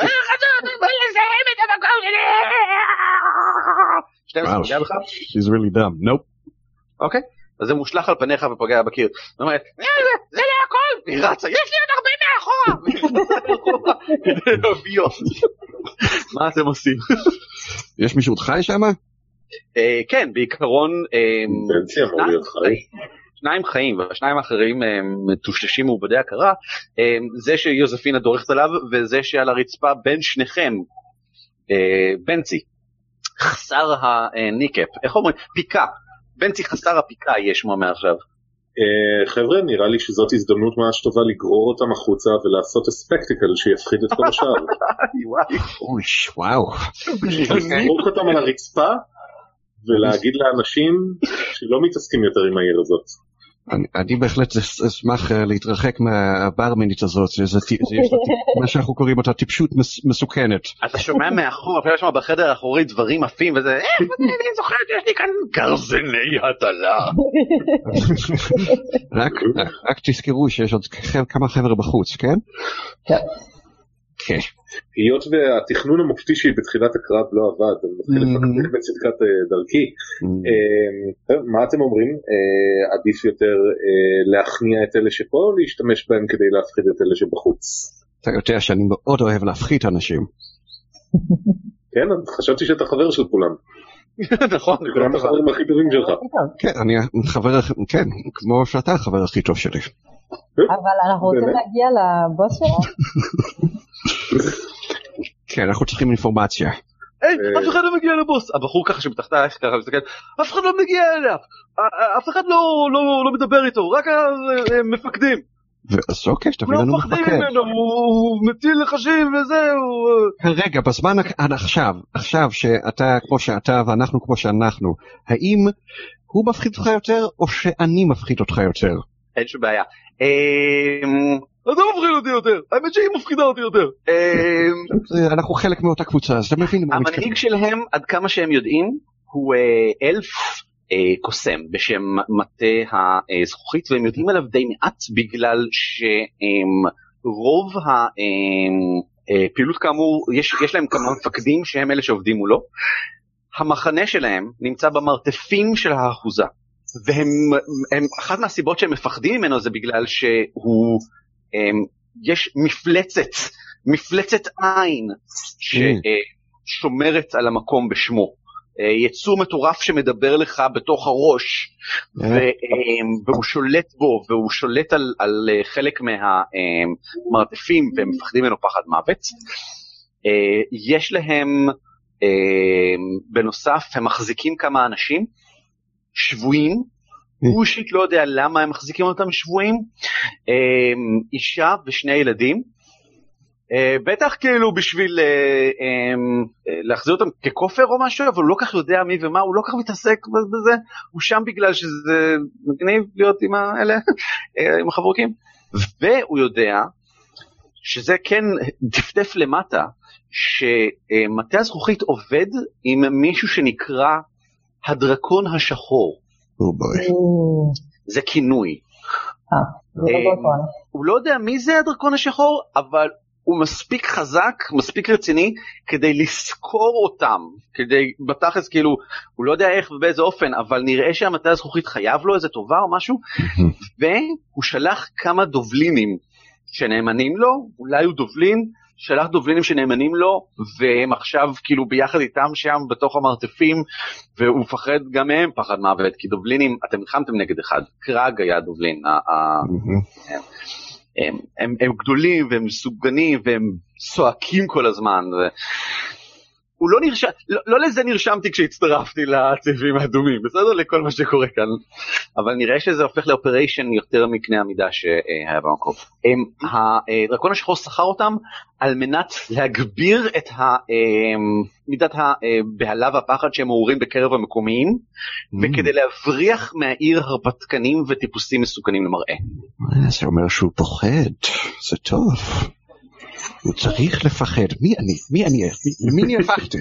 She's really dumb. Nope. אוקיי, אז זה מושלח על פניך ופוגע בקיר. זאת אומרת, זה לא הכל, והיא רצה, יש לי עוד הרבה מאחורה. כדי להביא אותי. מה אתם עושים? יש מישהו עוד חי שם? כן, בעיקרון, שניים חיים, והשניים האחרים מטושטשים מעובדי הכרה, זה שיוזפינה דורכת עליו, וזה שעל הרצפה בין שניכם, בנצי, חסר הניקאפ, איך אומרים? פיקה, בנצי חסר הפיקה יש שמו מעכשיו. חבר'ה, נראה לי שזאת הזדמנות ממש טובה לגרור אותם החוצה ולעשות הספקטיקל שיפחיד את כל השאר. וואו. לזרוק אותם על הרצפה ולהגיד לאנשים שלא מתעסקים יותר עם העיר הזאת. אני בהחלט אשמח להתרחק מהברמנית הזאת, מה שאנחנו קוראים אותה טיפשות מסוכנת. אתה שומע מאחור, אפילו שם בחדר האחורי דברים עפים וזה, אני זוכרת, יש לי כאן גרזני הטלה. רק תזכרו שיש עוד כמה חבר'ה בחוץ, כן? כן. היות והתכנון המופתי שלי בתחילת הקרב לא עבד, אני מתחיל לפקפק בצדקת דרכי. מה אתם אומרים? עדיף יותר להכניע את אלה שפה או להשתמש בהם כדי להפחיד את אלה שבחוץ? אתה יודע שאני מאוד אוהב להפחיד אנשים. כן, חשבתי שאתה חבר של כולם. נכון. כולם החברים הכי טובים שלך. כן, אני חבר, כן, כמו שאתה החבר הכי טוב שלי. אבל אנחנו רוצים להגיע לבוס שלנו? כן, אנחנו צריכים אינפורמציה. אף אחד לא מגיע לבוס. הבחור ככה שמתחתייך ככה מסתכל, אף אחד לא מגיע אליו, אף אחד לא מדבר איתו, רק המפקדים. אז אוקיי, שתביא לנו מפקד. לא מפחדים ממנו, הוא מטיל לחשים וזהו. רגע, בזמן עכשיו שאתה כמו שאתה ואנחנו כמו שאנחנו, האם הוא מפחיד אותך יותר או שאני מפחיד אותך יותר? אין שום בעיה. אתה מפחיד אותי יותר, האמת שהיא מפחידה אותי יותר. אנחנו חלק מאותה קבוצה, אז אתה מבין מה מתכוון. המנהיג שלהם, עד כמה שהם יודעים, הוא אלף קוסם בשם מטה הזכוכית, והם יודעים עליו די מעט בגלל שרוב הפעילות כאמור, יש להם כמה מפקדים שהם אלה שעובדים מולו. המחנה שלהם נמצא במרתפים של האחוזה. והם, אחת מהסיבות שהם מפחדים ממנו זה בגלל שהוא, יש מפלצת עין ששומרת על המקום בשמו. יצור מטורף שמדבר לך בתוך הראש, והוא שולט בו, והוא שולט על חלק מהמרתפים, והם מפחדים ממנו פחד מוות. יש להם, בנוסף, הם מחזיקים כמה אנשים, שבויים, הוא אישית לא יודע למה הם מחזיקים אותם שבויים, אישה ושני ילדים, בטח כאילו בשביל להחזיר אותם ככופר או משהו, אבל הוא לא כך יודע מי ומה, הוא לא כך מתעסק בזה, הוא שם בגלל שזה מגניב להיות עם האלה, עם החברוקים, והוא יודע שזה כן דפדף למטה, שמטה הזכוכית עובד עם מישהו שנקרא הדרקון השחור. זה כינוי. הוא לא יודע מי זה הדרקון השחור, אבל הוא מספיק חזק, מספיק רציני, כדי לזכור אותם, כדי בתכלס כאילו, הוא לא יודע איך ובאיזה אופן, אבל נראה שהמטה הזכוכית חייב לו איזה טובה או משהו, והוא שלח כמה דובלינים שנאמנים לו, אולי הוא דובלין, שלח דובלינים שנאמנים לו, והם עכשיו כאילו ביחד איתם שם בתוך המרתפים, והוא מפחד גם מהם פחד מוות, כי דובלינים, אתם נלחמתם נגד אחד, קרג היה דובלין, הם גדולים והם מסוגנים והם צועקים כל הזמן. הוא לא נרשם, לא לזה נרשמתי כשהצטרפתי לצבעים האדומים, בסדר? לכל מה שקורה כאן. אבל נראה שזה הופך לאופריישן יותר מקנה המידה שהיה במקום. הדרקון השחור שכר אותם על מנת להגביר את מידת הבהלה והפחד שהם מעוררים בקרב המקומיים, וכדי להבריח מהעיר הרפתקנים וטיפוסים מסוכנים למראה. זה אומר שהוא פוחד, זה טוב. הוא צריך לפחד. מי אני? למי הפכתי?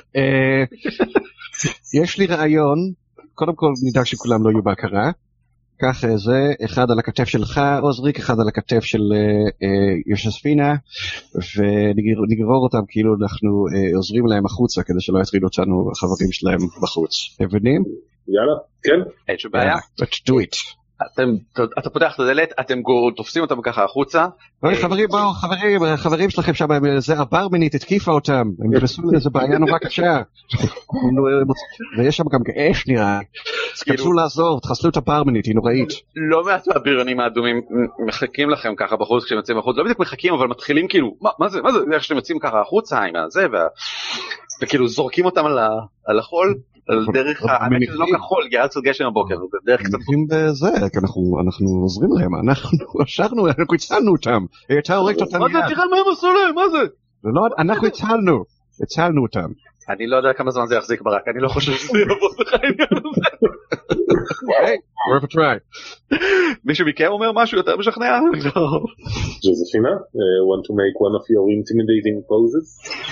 יש לי רעיון, קודם כל נדאג שכולם לא יהיו בהכרה, כך זה, אחד על הכתף שלך עוזריק, אחד על הכתף של יושספינה, ונגרור אותם כאילו אנחנו עוזרים להם החוצה, כדי שלא יטרידו אותנו החברים שלהם בחוץ. הבנים? יאללה, כן. אין שום בעיה. Let's do it. אתה פותח את הדלת, אתם תופסים אותם ככה החוצה. חברים, בואו, חברים שלכם שם, זה הברמנית התקיפה אותם, הם נכנסו לאיזה בעיה נורא קשה, ויש שם גם אש נראה, תכנסו לעזור, תחסלו את הברמנית, היא נוראית. לא מעט מהבריונים האדומים מחכים לכם ככה בחוץ כשהם יוצאים בחוץ, לא בדיוק מחכים, אבל מתחילים כאילו, מה זה, איך שאתם יוצאים ככה החוצה עם הזה, וכאילו זורקים אותם על החול, על דרך, האמת שזה לא כחול, כי היה קצת גשם הבוקר, זה דרך קצת חול. בזה, כי אנחנו עוזרים להם, אנחנו הצלנו אותם, אתה הורגת אותם מיד. מה זה, תראה מה הם עשו להם, מה זה? אנחנו הצלנו אותם. אני לא יודע כמה זמן זה יחזיק ברק, אני לא חושב שזה יבוא לך העניין הזה. Hey, worth a try. מישהו מכם אומר משהו יותר משכנע? ג'וזפינה, want to make one of your intimidating poses?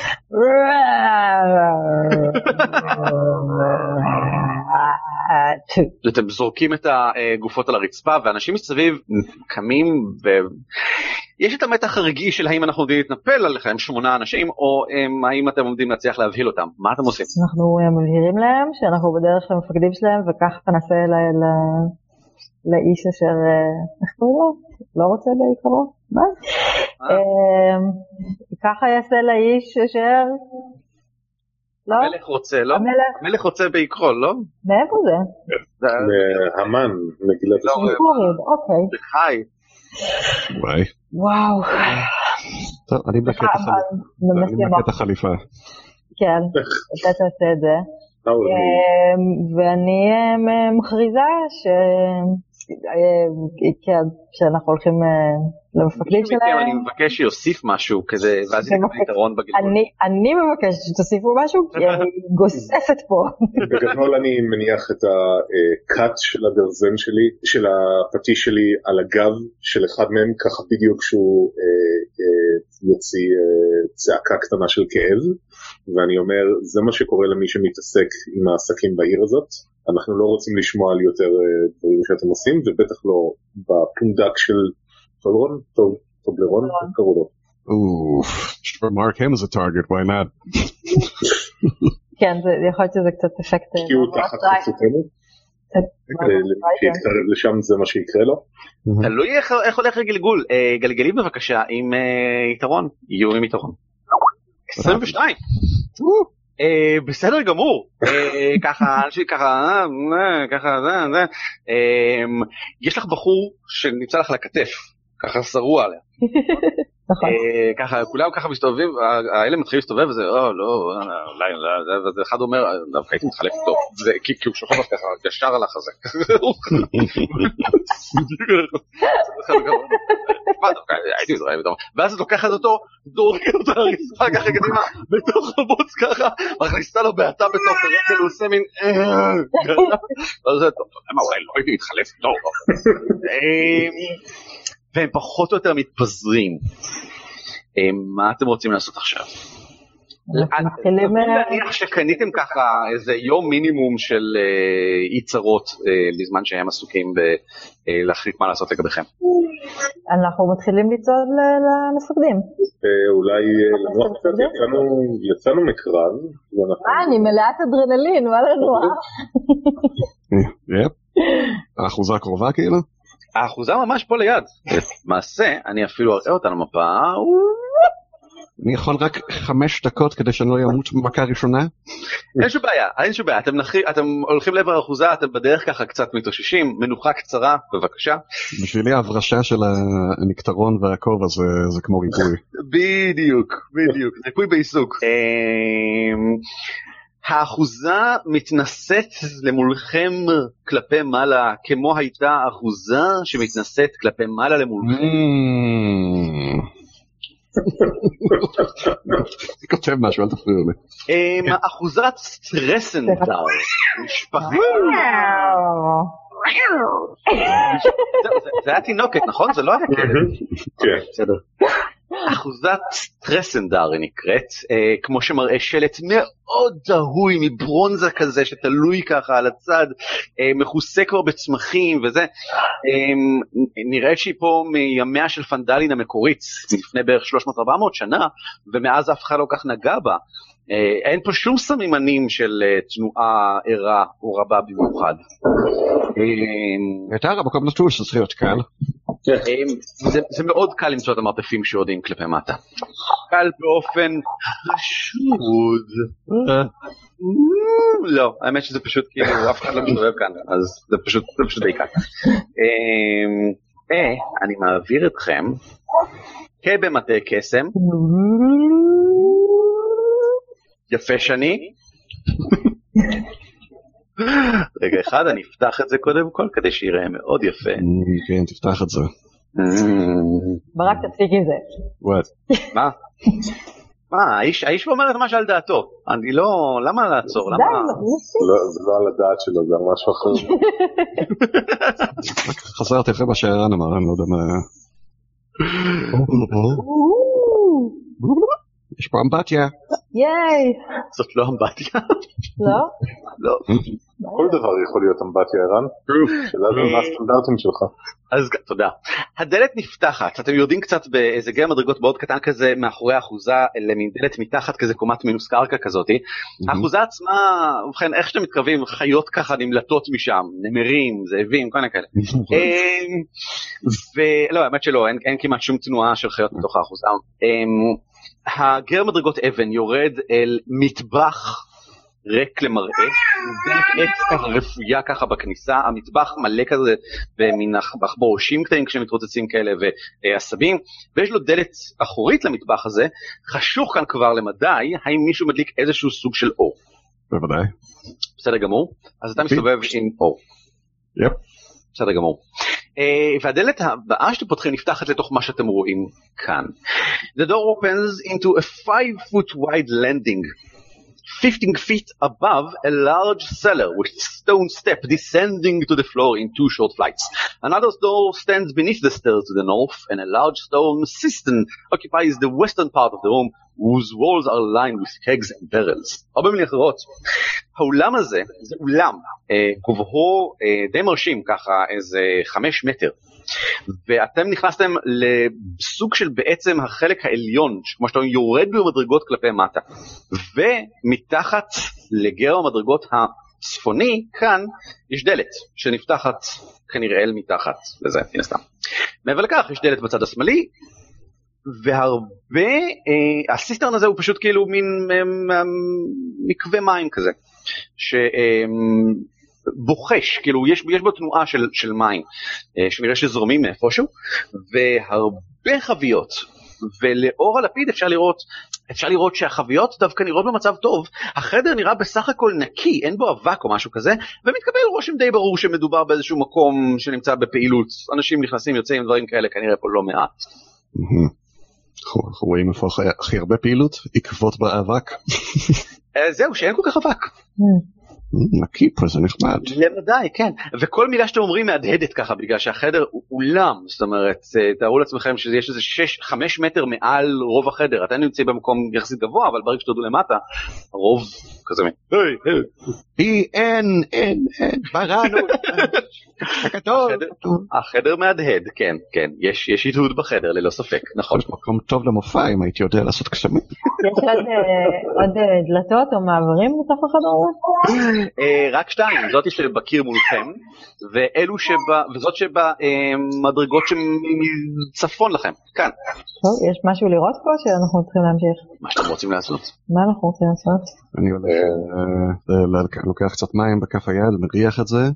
אתם זורקים את הגופות על הרצפה, ואנשים מסביב קמים, ויש את המתח הרגעי של האם אנחנו עומדים להתנפל עליכם 8 אנשים, או האם אתם עומדים להצליח להבהיל אותם. מה אתם עושים? אנחנו מבהירים להם שאנחנו בדרך למפקדים שלהם, וכך ננסה לאיש אשר, איך קוראים לו? לא רוצה להיקרוא? מה? ככה יעשה לאיש אשר... המלך רוצה, לא? המלך רוצה בעיקרו, לא? מאיפה זה? המן, מגילת סיפורים, אוקיי. בחי. וואו. טוב, אני מקט החליפה. כן, אתה תעשה את זה. ואני מכריזה שאנחנו הולכים למפקדים שלהם. אני מבקש שיוסיף משהו כזה, ואז יקבל יתרון בגלגול. אני מבקש שתוסיפו משהו, כי אני גוססת פה. בגדול אני מניח את הקאט של הגרזן שלי, של הפטיש שלי על הגב של אחד מהם, ככה בדיוק שהוא יוציא צעקה קטנה של כאב, ואני אומר, זה מה שקורה למי שמתעסק עם העסקים בעיר הזאת. אנחנו לא רוצים לשמוע על יותר דברים שאתם עושים, ובטח לא בפונדק של טובלרון, קראו לו. Mark him as a target, why not? כן, יכול להיות שזה קצת אפקט... כי הוא תחת חסותנו? שיתקרב לשם זה מה שיקרה לו? תלוי איך הולך לגלגול. גלגלים בבקשה עם יתרון, יהיו עם יתרון. 22. בסדר גמור. ככה, יש לך בחור שנמצא לך לכתף, ככה שרוע עליה. ככה, כולם ככה מסתובבים, האלה מתחילים להסתובב וזה, לא, אולי, וזה אחד אומר, הייתי מתחלף איתו, כי הוא שוכב ככה, ישר על החזה. ואז את לוקחת אותו, דורכת אותו לרצפה ככה קדימה, בתוך הבוץ ככה, מכניסה לו בעתה בתוך הרגל, הוא עושה מין, ואז טוב, אולי לא הייתי מתחלף איתו. והם פחות או יותר מתפזרים. מה אתם רוצים לעשות עכשיו? מתחילים... להניח שקניתם ככה איזה יום מינימום של אי צרות בזמן שהם עסוקים להחליט מה לעשות לגביכם. אנחנו מתחילים לצעוד למפקדים. אולי לנוח קצת, יצאנו מקרב. אני מלאת אדרנלין, מה לנוח? יפ. האחוזה הקרובה כאילו? האחוזה ממש פה ליד. מעשה, אני אפילו אראה אותה למפה. אני יכול רק 5 דקות כדי שאני לא ימות במכה ראשונה? אין שום בעיה, אתם הולכים לעבר האחוזה, אתם בדרך ככה קצת מתאוששים, מנוחה קצרה, בבקשה. בשבילי ההברשה של הנקטרון והכובע זה כמו ריפוי. בדיוק, ריפוי בעיסוק. האחוזה מתנשאת למולכם כלפי מעלה, כמו הייתה אחוזה שמתנשאת כלפי מעלה למולכם. אני כותב משהו, אל תפריעו לי. אחוזת סטרסנדאר. זה היה תינוקת, נכון? זה לא היה כלב. כן. בסדר. אחוזת סטרסנדאר היא נקראת, כמו שמראה שלט מאוד דהוי מברונזה כזה שתלוי ככה על הצד, מכוסה כבר בצמחים וזה. נראית שהיא פה מימיה של פנדלין המקורית, לפני בערך 300-400 שנה, ומאז אף אחד לא כך נגע בה. אין פה שום סמימנים של תנועה ערה או רבה במיוחד. יותר המקום נטול שצריך להיות קל. זה מאוד קל למצוא את המרתפים שיורדים כלפי מטה. קל באופן חשוד. לא, האמת שזה פשוט כאילו אף אחד לא מסתובב כאן, אז זה פשוט די קל. אני מעביר אתכם כבמטה קסם. יפה שני. רגע אחד, אני אפתח את זה קודם כל, כדי שיראה מאוד יפה. כן, תפתח את זה. ברק תפסיק עם זה. What? מה, האיש אומר את מה שעל דעתו. אני לא, למה לעצור? למה? זה לא על הדעת שלו, זה על משהו אחר. חזרתי אחרי מה שהרן אמר, אני לא יודע מה... יש פה אמבטיה. ייי. זאת לא אמבטיה. לא? לא. כל דבר יכול להיות אמבטיה, ערן. שאלה זה מה הסטנדרטים שלך. אז תודה. הדלת נפתחת, אתם יודעים קצת באיזה גר מדרגות מאוד קטן כזה מאחורי האחוזה, למין דלת מתחת כזה קומת מינוס קרקע כזאת. האחוזה עצמה, ובכן, איך שאתם מתקרבים, חיות ככה נמלטות משם, נמרים, זאבים, כל מיני כאלה. ולא, האמת שלא, אין כמעט שום תנועה של חיות בתוך האחוזה. הגר מדרגות אבן יורד אל מטבח ריק למראה, דלת עץ ככה רפויה ככה בכניסה, המטבח מלא כזה במין בראשים קטעים כשמתרוצצים כאלה ועשבים, ויש לו דלת אחורית למטבח הזה, חשוך כאן כבר למדי, האם מישהו מדליק איזשהו סוג של אור? בוודאי. בסדר גמור, אז אתה מסתובב עם אור. יפ. בסדר גמור. והדלת הבאה שאתם פותחים נפתחת לתוך מה שאתם רואים כאן. The door opens into a 5-foot wide landing. 15 feet above a large cellar with stone step descending to the floor in 2 short flights. Another door stands beneath the stairs to the north, and a large stone cistern occupies the western part of the room, whose walls are lined with kegs and barrels. הרבה מילים אחרות. האולם הזה זה אולם, גובהו די מרשים ככה איזה 5 מטר. ואתם נכנסתם לסוג של בעצם החלק העליון, כמו שאתה יורד במדרגות כלפי מטה, ומתחת לגר המדרגות הצפוני, כאן יש דלת שנפתחת כנראה אל מתחת לזה, הנה סתם. מעבר לכך יש דלת בצד השמאלי, והרבה, הסיסטרן הזה הוא פשוט כאילו מין מקווה מים כזה, בוחש, כאילו יש בו תנועה של מים, שנראה שזורמים מאיפשהו, והרבה חביות, ולאור הלפיד אפשר לראות שהחביות דווקא נראות במצב טוב, החדר נראה בסך הכל נקי, אין בו אבק או משהו כזה, ומתקבל רושם די ברור שמדובר באיזשהו מקום שנמצא בפעילות, אנשים נכנסים יוצאים דברים כאלה, כנראה פה לא מעט. אנחנו רואים איפה הכי הרבה פעילות, עקבות באבק. זהו, שאין כל כך אבק. נקי פה, זה נחמד. למדי, כן. וכל מילה שאתם אומרים מהדהדת ככה, בגלל שהחדר הוא אולם, זאת אומרת, תארו לעצמכם שיש איזה 5 מטר מעל רוב החדר, אתם נמצאים במקום יחסית גבוה, אבל ברגע שתודו למטה, הרוב כזה אין, בראנו, הגדול. החדר מהדהד, כן, כן, יש התהוד בחדר, ללא ספק, נכון. מקום טוב למופע, אם הייתי יודע לעשות קסמים. יש עוד דלתות או מעברים בתוך החדר הזה? רק 2, זאת שבקיר מולכם, וזאת שבמדרגות שמצפון לכם, כאן. טוב, יש משהו לראות פה שאנחנו צריכים להמשיך? מה שאתם רוצים לעשות? מה אנחנו רוצים לעשות? אני לוקח קצת מים בכף היד, מריח את זה.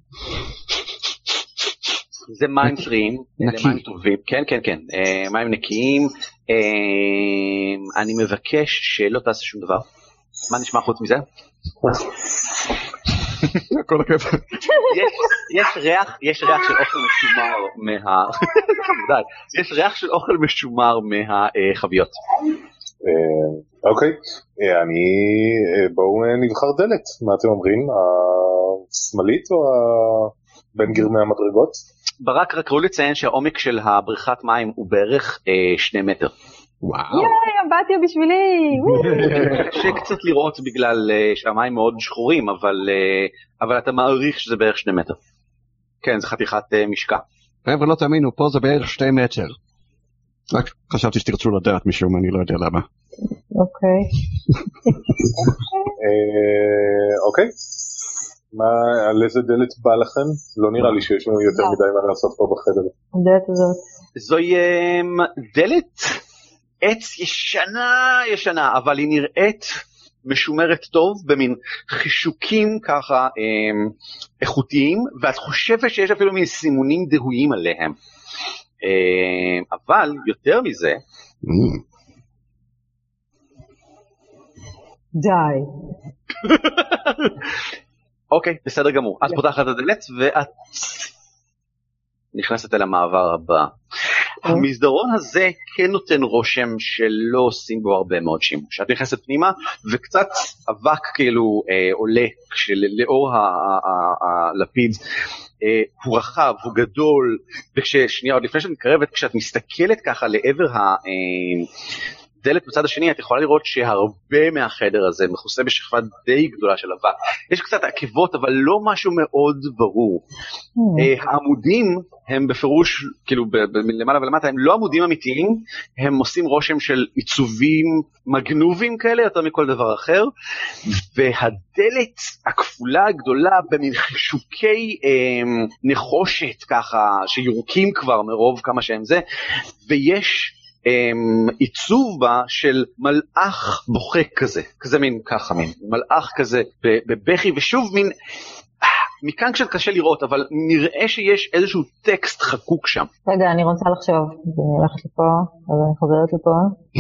זה מים טריים, זה מים טובים, כן, כן, כן, מים נקיים. אני מבקש שלא תעשה שום דבר. מה נשמע חוץ מזה? כל הכיף. יש ריח של אוכל משומר יש ריח של אוכל משומר מהחביות. אוקיי, בואו נבחר דלת, מה אתם אומרים? השמאלית או בין גרמי המדרגות? ברק, רק ראו לציין שהעומק של הבריכת מים הוא בערך 2 מטר. וואו. יאי, אמבטיה בשבילי. קשה קצת לראות בגלל שהמים מאוד שחורים, אבל אתה מעריך שזה בערך 2 מטר. כן, זה חתיכת משקע. חבר'ה, לא תאמינו, פה זה בערך 2 מטר. רק חשבתי שתרצו לדעת משום, אני לא יודע למה. אוקיי. אוקיי. על איזה דלת בא לכם? לא נראה לי שיש לנו יותר מדי מה לעשות פה בחדר. הדלת הזאת. זוהי דלת עץ ישנה, אבל היא נראית משומרת טוב, במין חישוקים ככה איכותיים, ואת חושבת שיש אפילו מין סימונים דהויים עליהם. אבל יותר מזה, די. אוקיי, בסדר גמור. את פותחת את הדלת ואת נכנסת אל המעבר הבא. המסדרון הזה כן נותן רושם שלא עושים בו הרבה מאוד שימוש. את נכנסת פנימה וקצת אבק כאילו עולה לאור הלפיד. הוא רחב, הוא גדול, וכששנייה, עוד לפני שאת מתקרבת, כשאת מסתכלת ככה לעבר דלת בצד השני, את יכולה לראות שהרבה מהחדר הזה מכוסה בשכבה די גדולה של אבק. יש קצת עקבות, אבל לא משהו מאוד ברור. העמודים הם בפירוש, כאילו למעלה ולמטה, הם לא עמודים אמיתיים, הם עושים רושם של עיצובים מגנובים כאלה, יותר מכל דבר אחר, והדלת הכפולה הגדולה במין חישוקי נחושת ככה, שיורקים כבר מרוב כמה שהם זה, ויש עיצוב בה של מלאך בוכה כזה מין ככה מין, מלאך כזה בבכי, ושוב מין, מכאן קצת קשה לראות, אבל נראה שיש איזשהו טקסט חקוק שם. רגע, אני רוצה לחשוב, אני הולכת לפה, אז אני חוזרת לפה.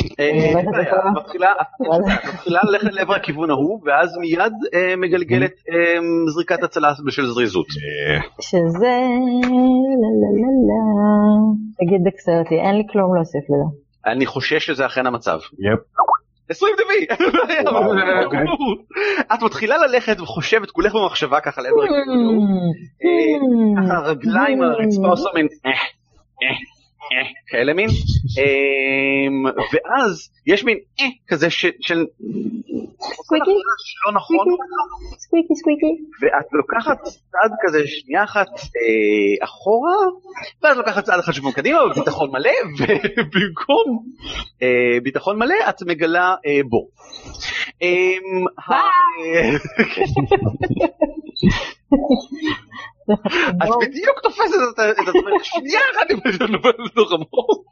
מתחילה ללכת לעבר הכיוון ההוא, ואז מיד מגלגלת זריקת הצלה בשל זריזות. שזה, תגיד דקסטריטי, אין לי כלום להוסיף לזה. אני חושש שזה אכן המצב. 20 דבי! את מתחילה ללכת וחושבת, כולך במחשבה ככה לעבר הכיוון, ככה רגליים על הרצפה עושה מין כאלה מין, ואז יש מין כזה של סקוויקי? לא נכון, סקוויקי. ואת לוקחת צעד כזה שנייה אחת אחורה, ואז לוקחת צעד אחד שבום קדימה בביטחון מלא, ובמקום ביטחון מלא את מגלה בו. את בדיוק תופסת את עצמך שנייה אחת עם לתוך המוח.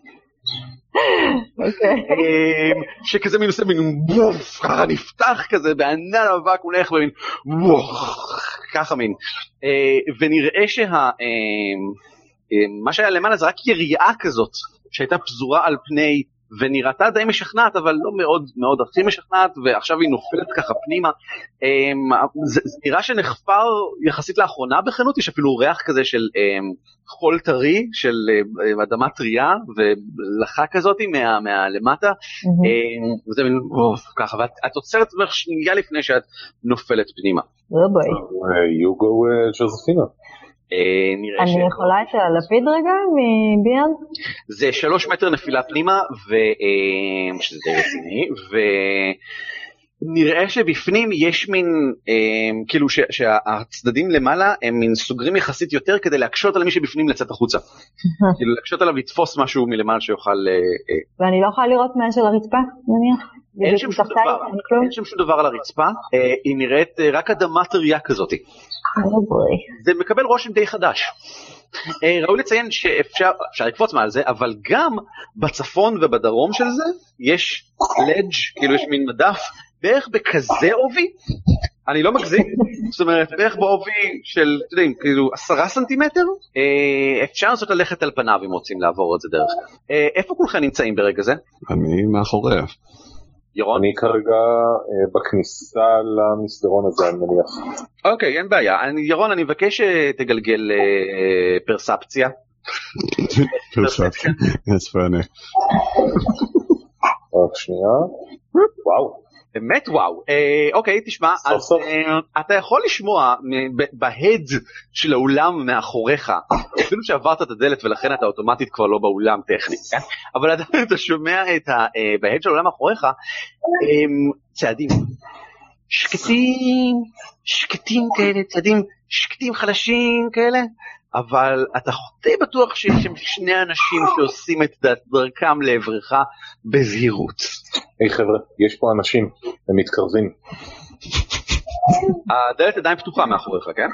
שכזה מין עושה מין בוף, ככה נפתח כזה בענן אבק הולך ומין בוף, ככה מין, ונראה מה שהיה למעלה זה רק יריעה כזאת שהייתה פזורה על פני ונראתה די משכנעת, אבל לא מאוד מאוד הכי משכנעת, ועכשיו היא נופלת ככה פנימה. זה נראה שנחפר יחסית לאחרונה בכנות, יש אפילו ריח כזה של חול טרי, של אדמה טריה, ולחה כזאת מהלמטה, וזה מין ככה, ואת עוצרת בערך שנייה לפני שאת נופלת פנימה. יוגו ג'וזפינה. אני יכולה את הלפיד רגע מביאן? זה 3 מטר נפילה פנימה, שזה די רציני, ונראה שבפנים יש מין, כאילו שהצדדים למעלה הם מין סוגרים יחסית יותר כדי להקשות על מי שבפנים לצאת החוצה. כאילו להקשות עליו לתפוס משהו מלמעלה שיוכל... ואני לא יכולה לראות מה יש על הרצפה, נניח? אין שם שום דבר על הרצפה, היא נראית רק אדמה טריה כזאת. זה מקבל רושם די חדש. ראוי לציין שאפשר לקפוץ מעל זה, אבל גם בצפון ובדרום של זה יש לדג', כאילו יש מין מדף בערך בכזה עובי, אני לא מגזים, זאת אומרת בערך בעובי של, אתם יודעים, כאילו 10 סנטימטר, אפשר לעשות ללכת על פניו אם רוצים לעבור את זה דרך. איפה כולכם נמצאים ברגע זה? אני מאחוריה. ירון? אני כרגע בכניסה למסדרון הזה, אני מניח. אוקיי, אין בעיה. ירון, אני מבקש שתגלגל פרספציה. פרספציה, that's funny. רק שנייה. וואו. באמת וואו. אוקיי, תשמע, אז אתה יכול לשמוע בהד של האולם מאחוריך, אפילו שעברת את הדלת ולכן אתה אוטומטית כבר לא באולם טכנית, אבל עדיין אתה שומע בהד של האולם מאחוריך צעדים שקטים כאלה, צעדים שקטים חלשים כאלה, אבל אתה די בטוח שיש שם 2 אנשים שעושים את דרכם לעברך בזהירות. היי חבר'ה, יש פה אנשים, הם מתקרבים. הדלת עדיין פתוחה מאחוריך, כן?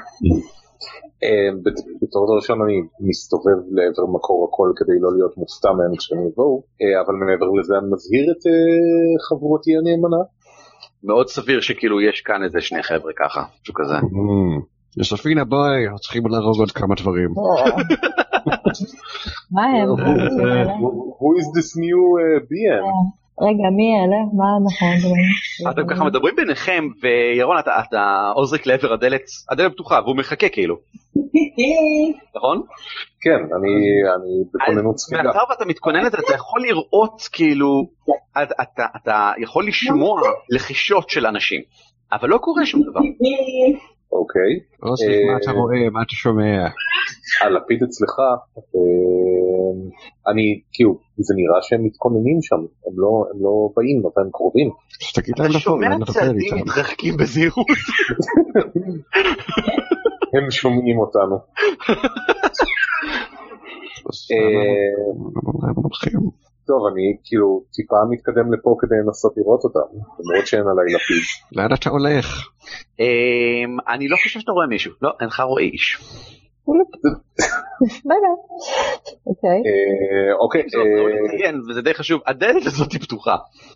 בתור דבר ראשון אני מסתובב לעבר מקור הכל כדי לא להיות מופתע מהם כשהם יבואו, אבל מעבר לזה אני מזהיר את חברותי הנאמנה. מאוד סביר שכאילו יש כאן איזה 2 חבר'ה ככה, משהו כזה. יוספינה בואי, צריכים להרוג עוד כמה דברים. מה הם? Who is this new BM? רגע, מי אלה? מה נכון? אתם ככה מדברים ביניכם, וירון, אתה עוזריק לעבר הדלת פתוחה, והוא מחכה כאילו. נכון? כן, אני בכוננות ספיגה. מאחר ואתה מתכונן לזה, אתה יכול לראות כאילו, אתה יכול לשמוע לחישות של אנשים, אבל לא קורה שום דבר. אוקיי. אוסף, מה אתה רואה? מה אתה שומע? הלפיד אצלך, אני, כאילו, זה נראה שהם מתכוננים שם, הם לא באים, אבל הם קרובים. אתה שומע צעדים מתרחקים בזהירות. הם שומעים אותנו. טוב, אני כאילו טיפה מתקדם לפה כדי לנסות לראות אותם, למרות שאין עליי לפיד. לאן אתה הולך? אני לא חושב שאתה רואה מישהו, לא, אינך רואה איש. ביי ביי. אוקיי. אוקיי. וזה די חשוב, הדלת הזאת היא פתוחה.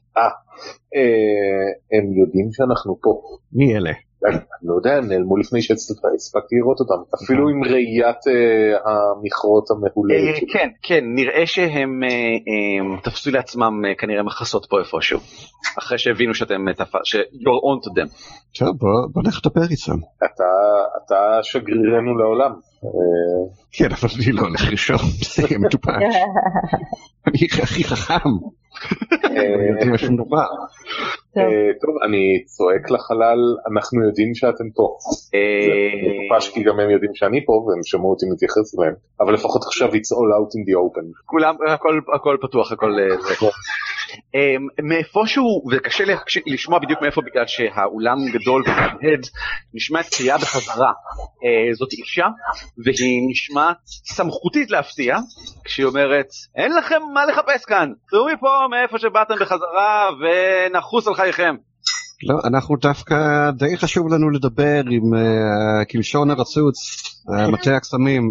הם יודעים שאנחנו פה. מי אלה? אני לא יודע, הם נעלמו לפני שהספקתי לראות אותם, אפילו עם ראיית המכרות המהוללת. כן, נראה שהם תפסו לעצמם כנראה מחסות פה איפשהו, אחרי שהבינו שאתם, you're on to them. טוב, בוא נדבר איתם. אתה שגרירנו לעולם. כן, אבל אני לא הולך ראשון, זה מטופש. אני הכי חכם. אני יודעים שום דבר. טוב, אני צועק לחלל, אנחנו יודעים שאתם פה. זה מטופש כי גם הם יודעים שאני פה, והם שמעו אותי מתייחס אליהם. אבל לפחות עכשיו it's all out in the open. כולם, הכל פתוח, הכל זה. מאיפשהו, וקשה לשמוע בדיוק מאיפה, בגלל שהאולם גדול ומהדהד, נשמעת קריאה בחזרה. זאת אישה, והיא נשמעת סמכותית להפתיע, כשהיא אומרת, אין לכם מה לחפש כאן, תראו מפה מאיפה שבאתם בחזרה, ונחוס על חייכם. לא, אנחנו דווקא די חשוב לנו לדבר עם קלשון הרצוץ, מטה הקסמים,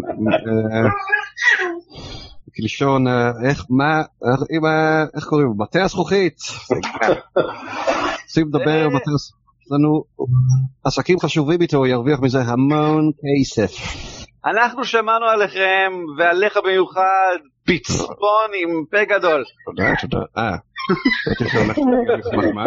קלשון, איך קוראים? מטה הזכוכית. רוצים לדבר, יש לנו עסקים חשובים איתו, ירוויח מזה המון כסף. אנחנו שמענו עליכם, ועליך במיוחד, פצפון עם פה גדול. תודה. הייתי שהולך מחמאה.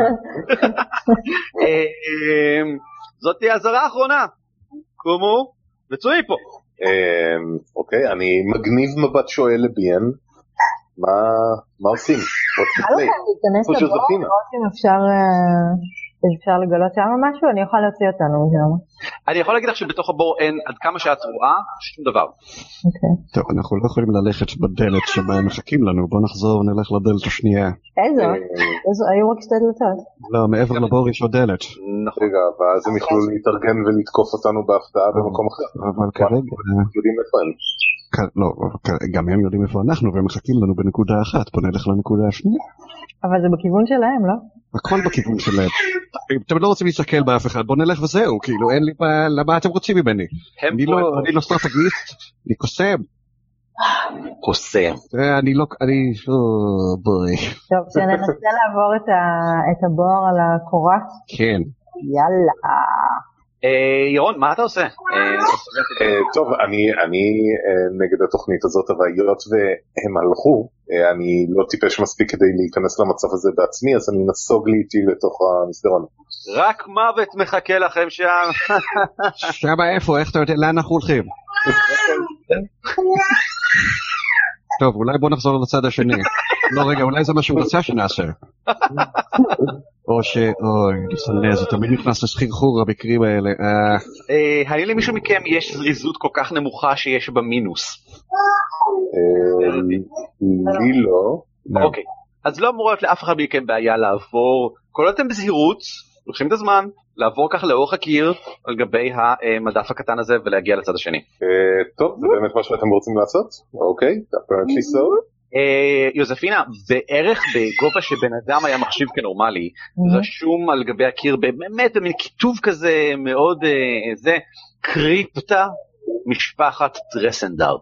זאת תהיה הזרה האחרונה. קומו, וצאו מפה. אוקיי, אני מגניב מבט שואל לביאן. מה עושים? לא כאן להיכנס לבור, לראות אם אפשר לגלות שם משהו, אני אוכל להוציא אותנו משם. אני יכול להגיד לך שבתוך הבור אין, עד כמה שאת רואה, שום דבר. טוב, אנחנו לא יכולים ללכת בדלת שבה הם מחכים לנו, בוא נחזור נלך לדלת השנייה. איזו? היו רק שתי דלתות. לא, מעבר לבור יש עוד דלת. רגע, ואז הם יוכלו להתארגן ולתקוף אותנו בהפתעה במקום אחר. אבל כרגע... יודעים איפה הם. לא, גם הם יודעים איפה אנחנו, והם מחכים לנו בנקודה אחת, בוא נלך לנקודה השנייה. אבל זה בכיוון שלהם, לא? הכל בכיוון שלהם. אתם לא רוצים להסתכל באף אחד, בוא נלך וזהו, כאילו, אין לי מה, למה אתם רוצים ממני? אני לא סטרטגיסט, אני קוסם. קוסם. בואי. טוב, שננסה לעבור את הבור על הקורה? כן. יאללה. ירון, מה אתה עושה? טוב, אני נגד התוכנית הזאת, אבל היות והם הלכו, אני לא טיפש מספיק כדי להיכנס למצב הזה בעצמי, אז אני נסוג לי איתי לתוך המסדרון. רק מוות מחכה לכם שם. שם איפה? איך אתה יודע? לאן אנחנו הולכים? טוב, אולי בוא נחזור לצד השני. לא, רגע, אולי זה מה שהוא רצה שנעשה. אוי, זה תמיד נכנס לסחרחור המקרים האלה. האם למישהו מכם יש זריזות כל כך נמוכה שיש בה מינוס? לי לא. אוקיי, אז לא אמורות לאף אחד מכם בעיה לעבור, כל אתם בזהירות, לוקחים את הזמן, לעבור ככה לאורך הקיר על גבי המדף הקטן הזה ולהגיע לצד השני. טוב, זה באמת מה שאתם רוצים לעשות? אוקיי, apparently so. יוזפינה, בערך בגובה שבן אדם היה מחשיב כנורמלי, רשום על גבי הקיר באמת במין כיתוב כזה מאוד זה, קריפטה משפחת טרסנדר.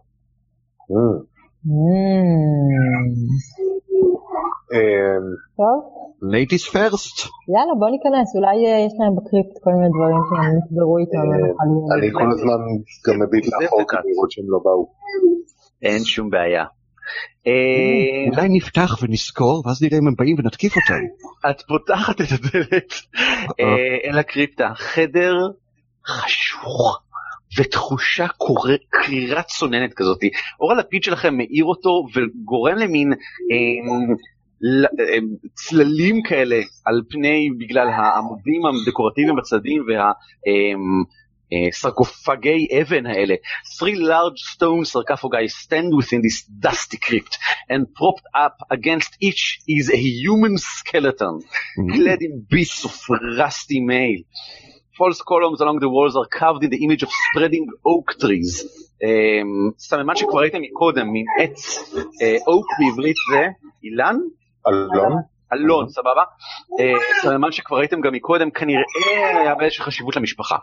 טוב. Ladies first. יאללה, בוא ניכנס, אולי יש להם בקריפט כל מיני דברים שהם נקברו איתם. אני כל הזמן גם מביט לאחור כדי לראות שהם לא באו. אין שום בעיה. אולי נפתח ונזכור, ואז נראה אם הם באים ונתקיף אותם. את פותחת את הדלת אל הקריפטה, חדר חשוך ותחושה קרירה צוננת כזאת. אור הלפיד שלכם מאיר אותו וגורם למין צללים כאלה על פני, בגלל העמודים הדקורטיביים בצדים סרקופגי אבן האלה. 3 large stone sarcophagi stand within this dusty crypt, and propped up against each is a human skeleton, clad in bits of rusty mail. False columns along the walls are carved in the image of spreading oak trees. סממן שכבר ראיתם מקודם, מן עץ אוק בעברית זה אילן? אלון, סבבה? סממן שכבר ראיתם גם מקודם, כנראה היה באיזושהי חשיבות למשפחה.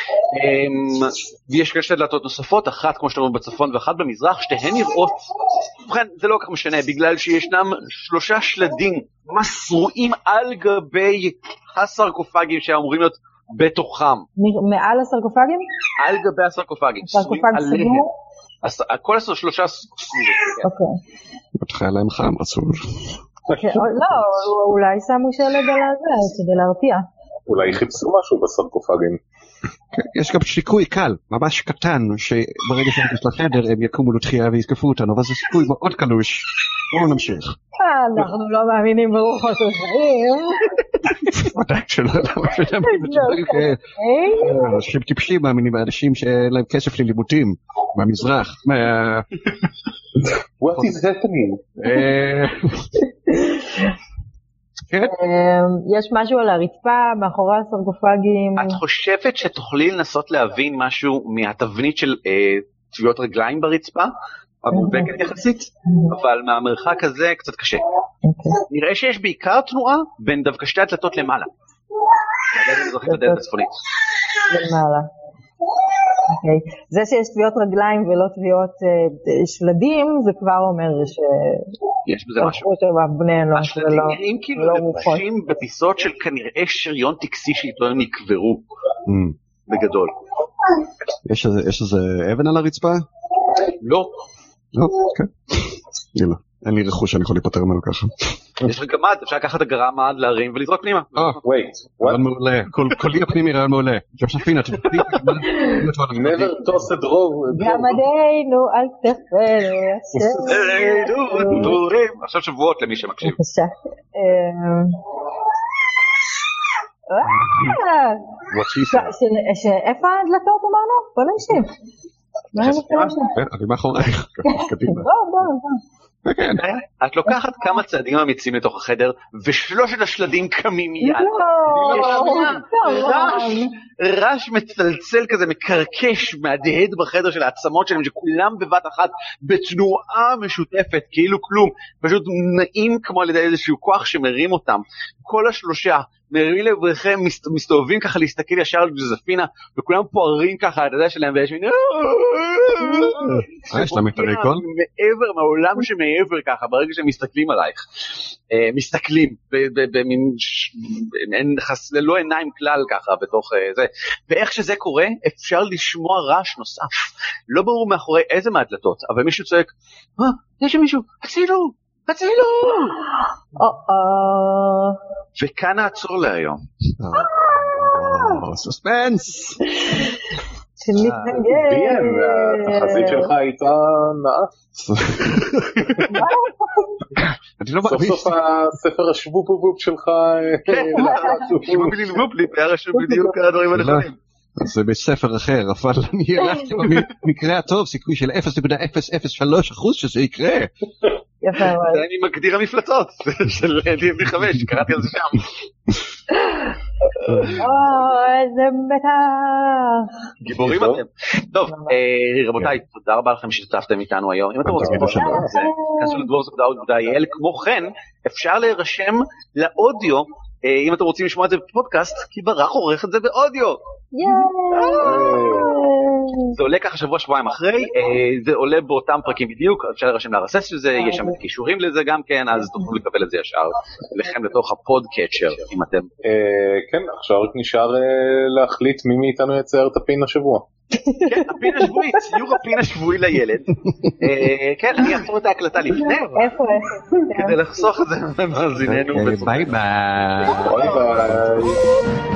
ויש שתי דלתות נוספות, אחת כמו שאתם רואים בצפון ואחת במזרח, שתיהן נראות, ובכן זה לא כך משנה, בגלל שישנם 3 שלדים מסרועים על גבי הסרקופגים שאמורים להיות בתוכם. מעל הסרקופגים? על גבי הסרקופגים. הסרקופג סגור? כל 3 סגורים. אוקיי. בתחילה להם חם רצו. לא, אולי שמו שלד על הזה כדי להרתיע. אולי חיפשו משהו בסרקופגים. יש גם שיקוי קל, ממש קטן, שברגע שנכנס לחדר הם יקומו לתחייה ויתקפו אותנו, אבל זה סיכוי מאוד קלוש. בואו נמשיך. אנחנו לא מאמינים ברוחות החיים. ודאי שלא, למה שדמים בצדרים כאלה. אנשים טיפשים מאמינים באנשים שאין להם כסף ללימודים, מהמזרח. What is happening? יש משהו על הרצפה, מאחורי הסרקופגים. את חושבת שתוכלי לנסות להבין משהו מהתבנית של טביעות רגליים ברצפה? המובקת יחסית, אבל מהמרחק הזה קצת קשה. נראה שיש בעיקר תנועה בין דווקא שתי הדלתות למעלה. הדלת המזרחית והדלת הצפונית. למעלה. אוקיי. זה שיש טביעות רגליים ולא טביעות שלדים, זה כבר אומר יש בזה משהו. השלדים נראים כאילו לבושים בפיסות של כנראה שריון טקסי שאיתו הם נקברו. בגדול. יש איזה אבן על הרצפה? לא. לא? כן. יאללה. אין לי רכוש שאני יכול להיפטר ממנו ככה. יש לך גמד, אפשר לקחת את הגמד להרים ולזרוק פנימה. רעיון מעולה. קולי הפנימי רעיון מעולה. ג'ושפינה, תפתיע. never toss a draw. גמדינו אל תפלו. עכשיו שבועות למי שמקשיב. בבקשה. איפה הדלתות אמרנו? בוא נמשיך. אני מאחורייך. את לוקחת כמה צעדים אמיצים לתוך החדר ושלושת השלדים קמים מיד. רעש מצלצל כזה מקרקש מהדהד בחדר של העצמות שלהם שכולם בבת אחת בתנועה משותפת כאילו כלום, פשוט נעים כמו על ידי איזשהו כוח שמרים אותם. כל השלושה מרימים לעברכם, מסתובבים ככה להסתכל ישר על ג'וזפינה וכולם פוערים ככה את הדעה שלהם ויש מין יש להם את הריקול? מעבר, מהעולם שמעבר ככה ברגע שהם מסתכלים עלייך, מסתכלים במין ללא עיניים כלל ככה בתוך זה, ואיך שזה קורה אפשר לשמוע רעש נוסף, לא ברור מאחורי איזה מהדלתות, אבל מישהו צועק יש מישהו, הצילו! וכאן נעצור להיום. סוספנס! ביאן, התחזית שלך הייתה נאה. סוף סוף הספר השבופובופ שלך. שבופובופליפ היה רשום בדיוק על הדברים הנכונים. זה בספר אחר, אבל אני הלכתי במקרה הטוב סיכוי של 0.003% שזה יקרה. יפה, זה אני מגדיר המפלצות של D&D 5, קראתי על זה שם. איזה בטח. גיבורים אתם. טוב, רבותיי, תודה רבה לכם ששתתפתם איתנו היום. אם אתם רוצים לשמוע את זה, כנסו לדבורסק.il. כמו כן, אפשר להירשם לאודיו, אם אתם רוצים לשמוע את זה בפודקאסט, כי ברח עורך את זה באודיו. זה עולה ככה שבוע-שבועיים אחרי, זה עולה באותם פרקים בדיוק, אפשר להירשם להרסס של זה, יש שם קישורים לזה גם כן, אז תוכלו לקבל את זה ישר לכם לתוך הפודקאצ'ר, אם אתם... כן, עכשיו רק נשאר להחליט מי מאיתנו יצייר את הפין השבוע. כן, הפין השבועי, ציור הפין השבועי לילד. כן, אני אעצור את ההקלטה לפני. איפה? כדי לחסוך את זה ממאזיננו. ביי ביי. ביי ביי.